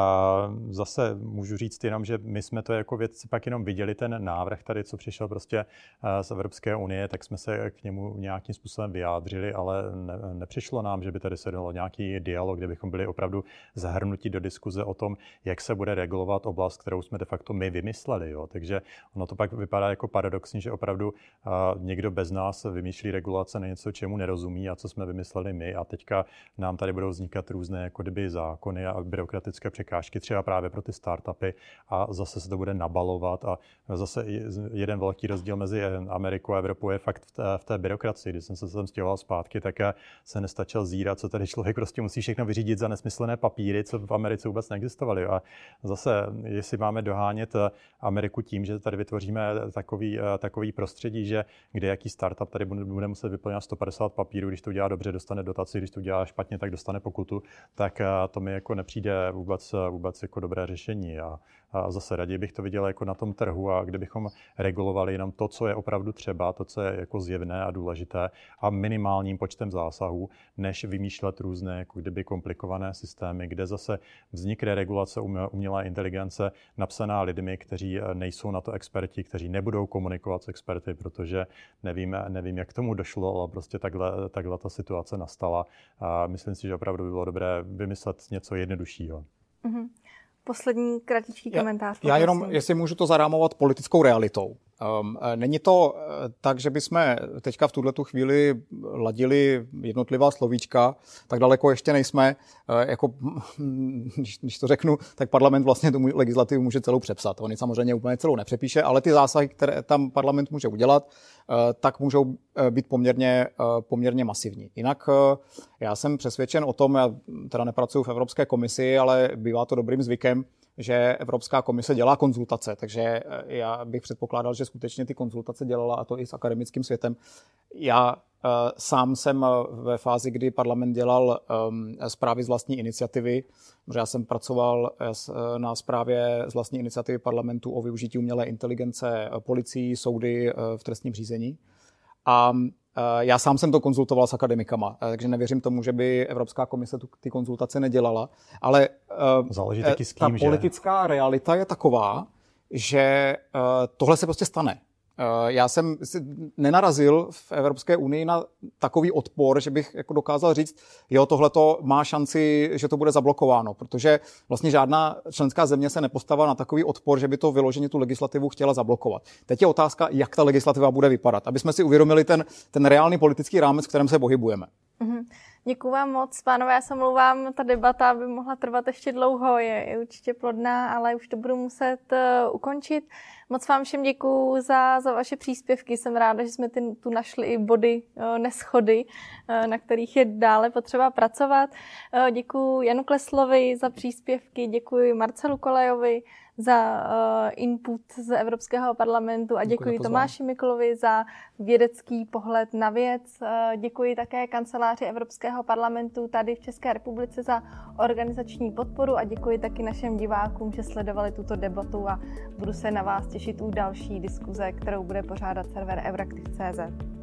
Zase můžu říct jenom, že my jsme to jako vědci pak jenom viděli ten návrh tady, co přišel prostě z Evropské unie, tak jsme se k němu nějakým způsobem vyjádřili, ale nepřišlo nám, že by tady se dalo nějaký dialog, kde bychom byli opravdu zahrnuti do diskuze o tom, jak se bude regulovat oblast, kterou jsme de facto my vymysleli. Jo. Takže ono to pak vypadá jako paradoxní, že opravdu někdo bez nás vymýšlí regulace na něco, čemu nerozumí a co jsme vymysleli my, a teďka nám tady budou vznikat různé jako kdyby zákony a byrokratické překážky třeba právě pro ty startupy, a zase se to bude nabalovat. A zase jeden velký rozdíl mezi Amerikou a Evropou je fakt v té byrokracii. Když jsem se sem stěhoval zpátky, tak já se nestačil zírat, co tady člověk prostě musí všechno vyřídit za nesmyslné papíry, co v Americe vůbec neexistovaly. A zase, jestli máme dohánět Ameriku tím, že tady vytvoříme takový prostředí, že kde jaký startup tady bude muset vyplňovat 150 papírů, když to udělá dobře, dostane dotaci, když to udělá špatně, tak dostane pokutu, tak to mi jako nepřijde vůbec jako dobré řešení. A zase raději bych to viděl jako na tom trhu, a kdybychom regulovali jenom to, co je opravdu třeba, to, co je jako zjevné a důležité, a minimálním počtem zásahů, než vymýšlet různé jako kdyby komplikované systémy, kde zase vznikne regulace umělé inteligence napsaná lidmi, kteří nejsou na to experti, kteří nebudou komunikovat s experty, protože nevím, jak k tomu došlo, ale prostě takhle ta situace nastala. A myslím si, že opravdu by bylo dobré vymyslet něco jednoduššího. Mm-hmm. Poslední kratičký komentář. Já jenom, jestli můžu to zarámovat politickou realitou. Není to tak, že bychom teďka v tuhletu chvíli ladili jednotlivá slovíčka, tak daleko ještě nejsme. Jako, když to řeknu, tak parlament vlastně tu legislativu může celou přepsat. On samozřejmě úplně celou nepřepíše, ale ty zásahy, které tam parlament může udělat, tak můžou být poměrně masivní. Jinak já jsem přesvědčen o tom, já teda nepracuji v Evropské komisi, ale bývá to dobrým zvykem, že Evropská komise dělá konzultace, takže já bych předpokládal, že skutečně ty konzultace dělala, a to i s akademickým světem. Já sám jsem ve fázi, kdy parlament dělal zprávy z vlastní iniciativy, protože já jsem pracoval na zprávě z vlastní iniciativy parlamentu o využití umělé inteligence policií, soudy v trestním řízení. A já sám jsem to konzultoval s akademikama, takže nevěřím tomu, že by Evropská komise ty konzultace nedělala, ale ta politická realita je taková, že tohle se prostě stane. Já jsem nenarazil v Evropské unii na takový odpor, že bych jako dokázal říct, jo, tohleto má šanci, že to bude zablokováno, protože vlastně žádná členská země se nepostavila na takový odpor, že by to vyloženě tu legislativu chtěla zablokovat. Teď je otázka, jak ta legislativa bude vypadat, aby jsme si uvědomili ten reálný politický rámec, v kterém se pohybujeme. Mm-hmm. Děkuju vám moc, pánové, já se omlouvám, ta debata by mohla trvat ještě dlouho, je určitě plodná, ale už to budu muset ukončit. Moc vám všem děkuju za vaše příspěvky. Jsem ráda, že jsme tu našli i body neschody, na kterých je dále potřeba pracovat. Děkuju Janu Kleslovi za příspěvky, děkuji Marcelu Kolejovi za input z Evropského parlamentu a děkuji Tomáši Miklovi za vědecký pohled na věc. Děkuji také kanceláři Evropského parlamentu tady v České republice za organizační podporu a děkuji taky našim divákům, že sledovali tuto debatu a budu se na vás těšit u další diskuze, kterou bude pořádat server Euraktiv.cz.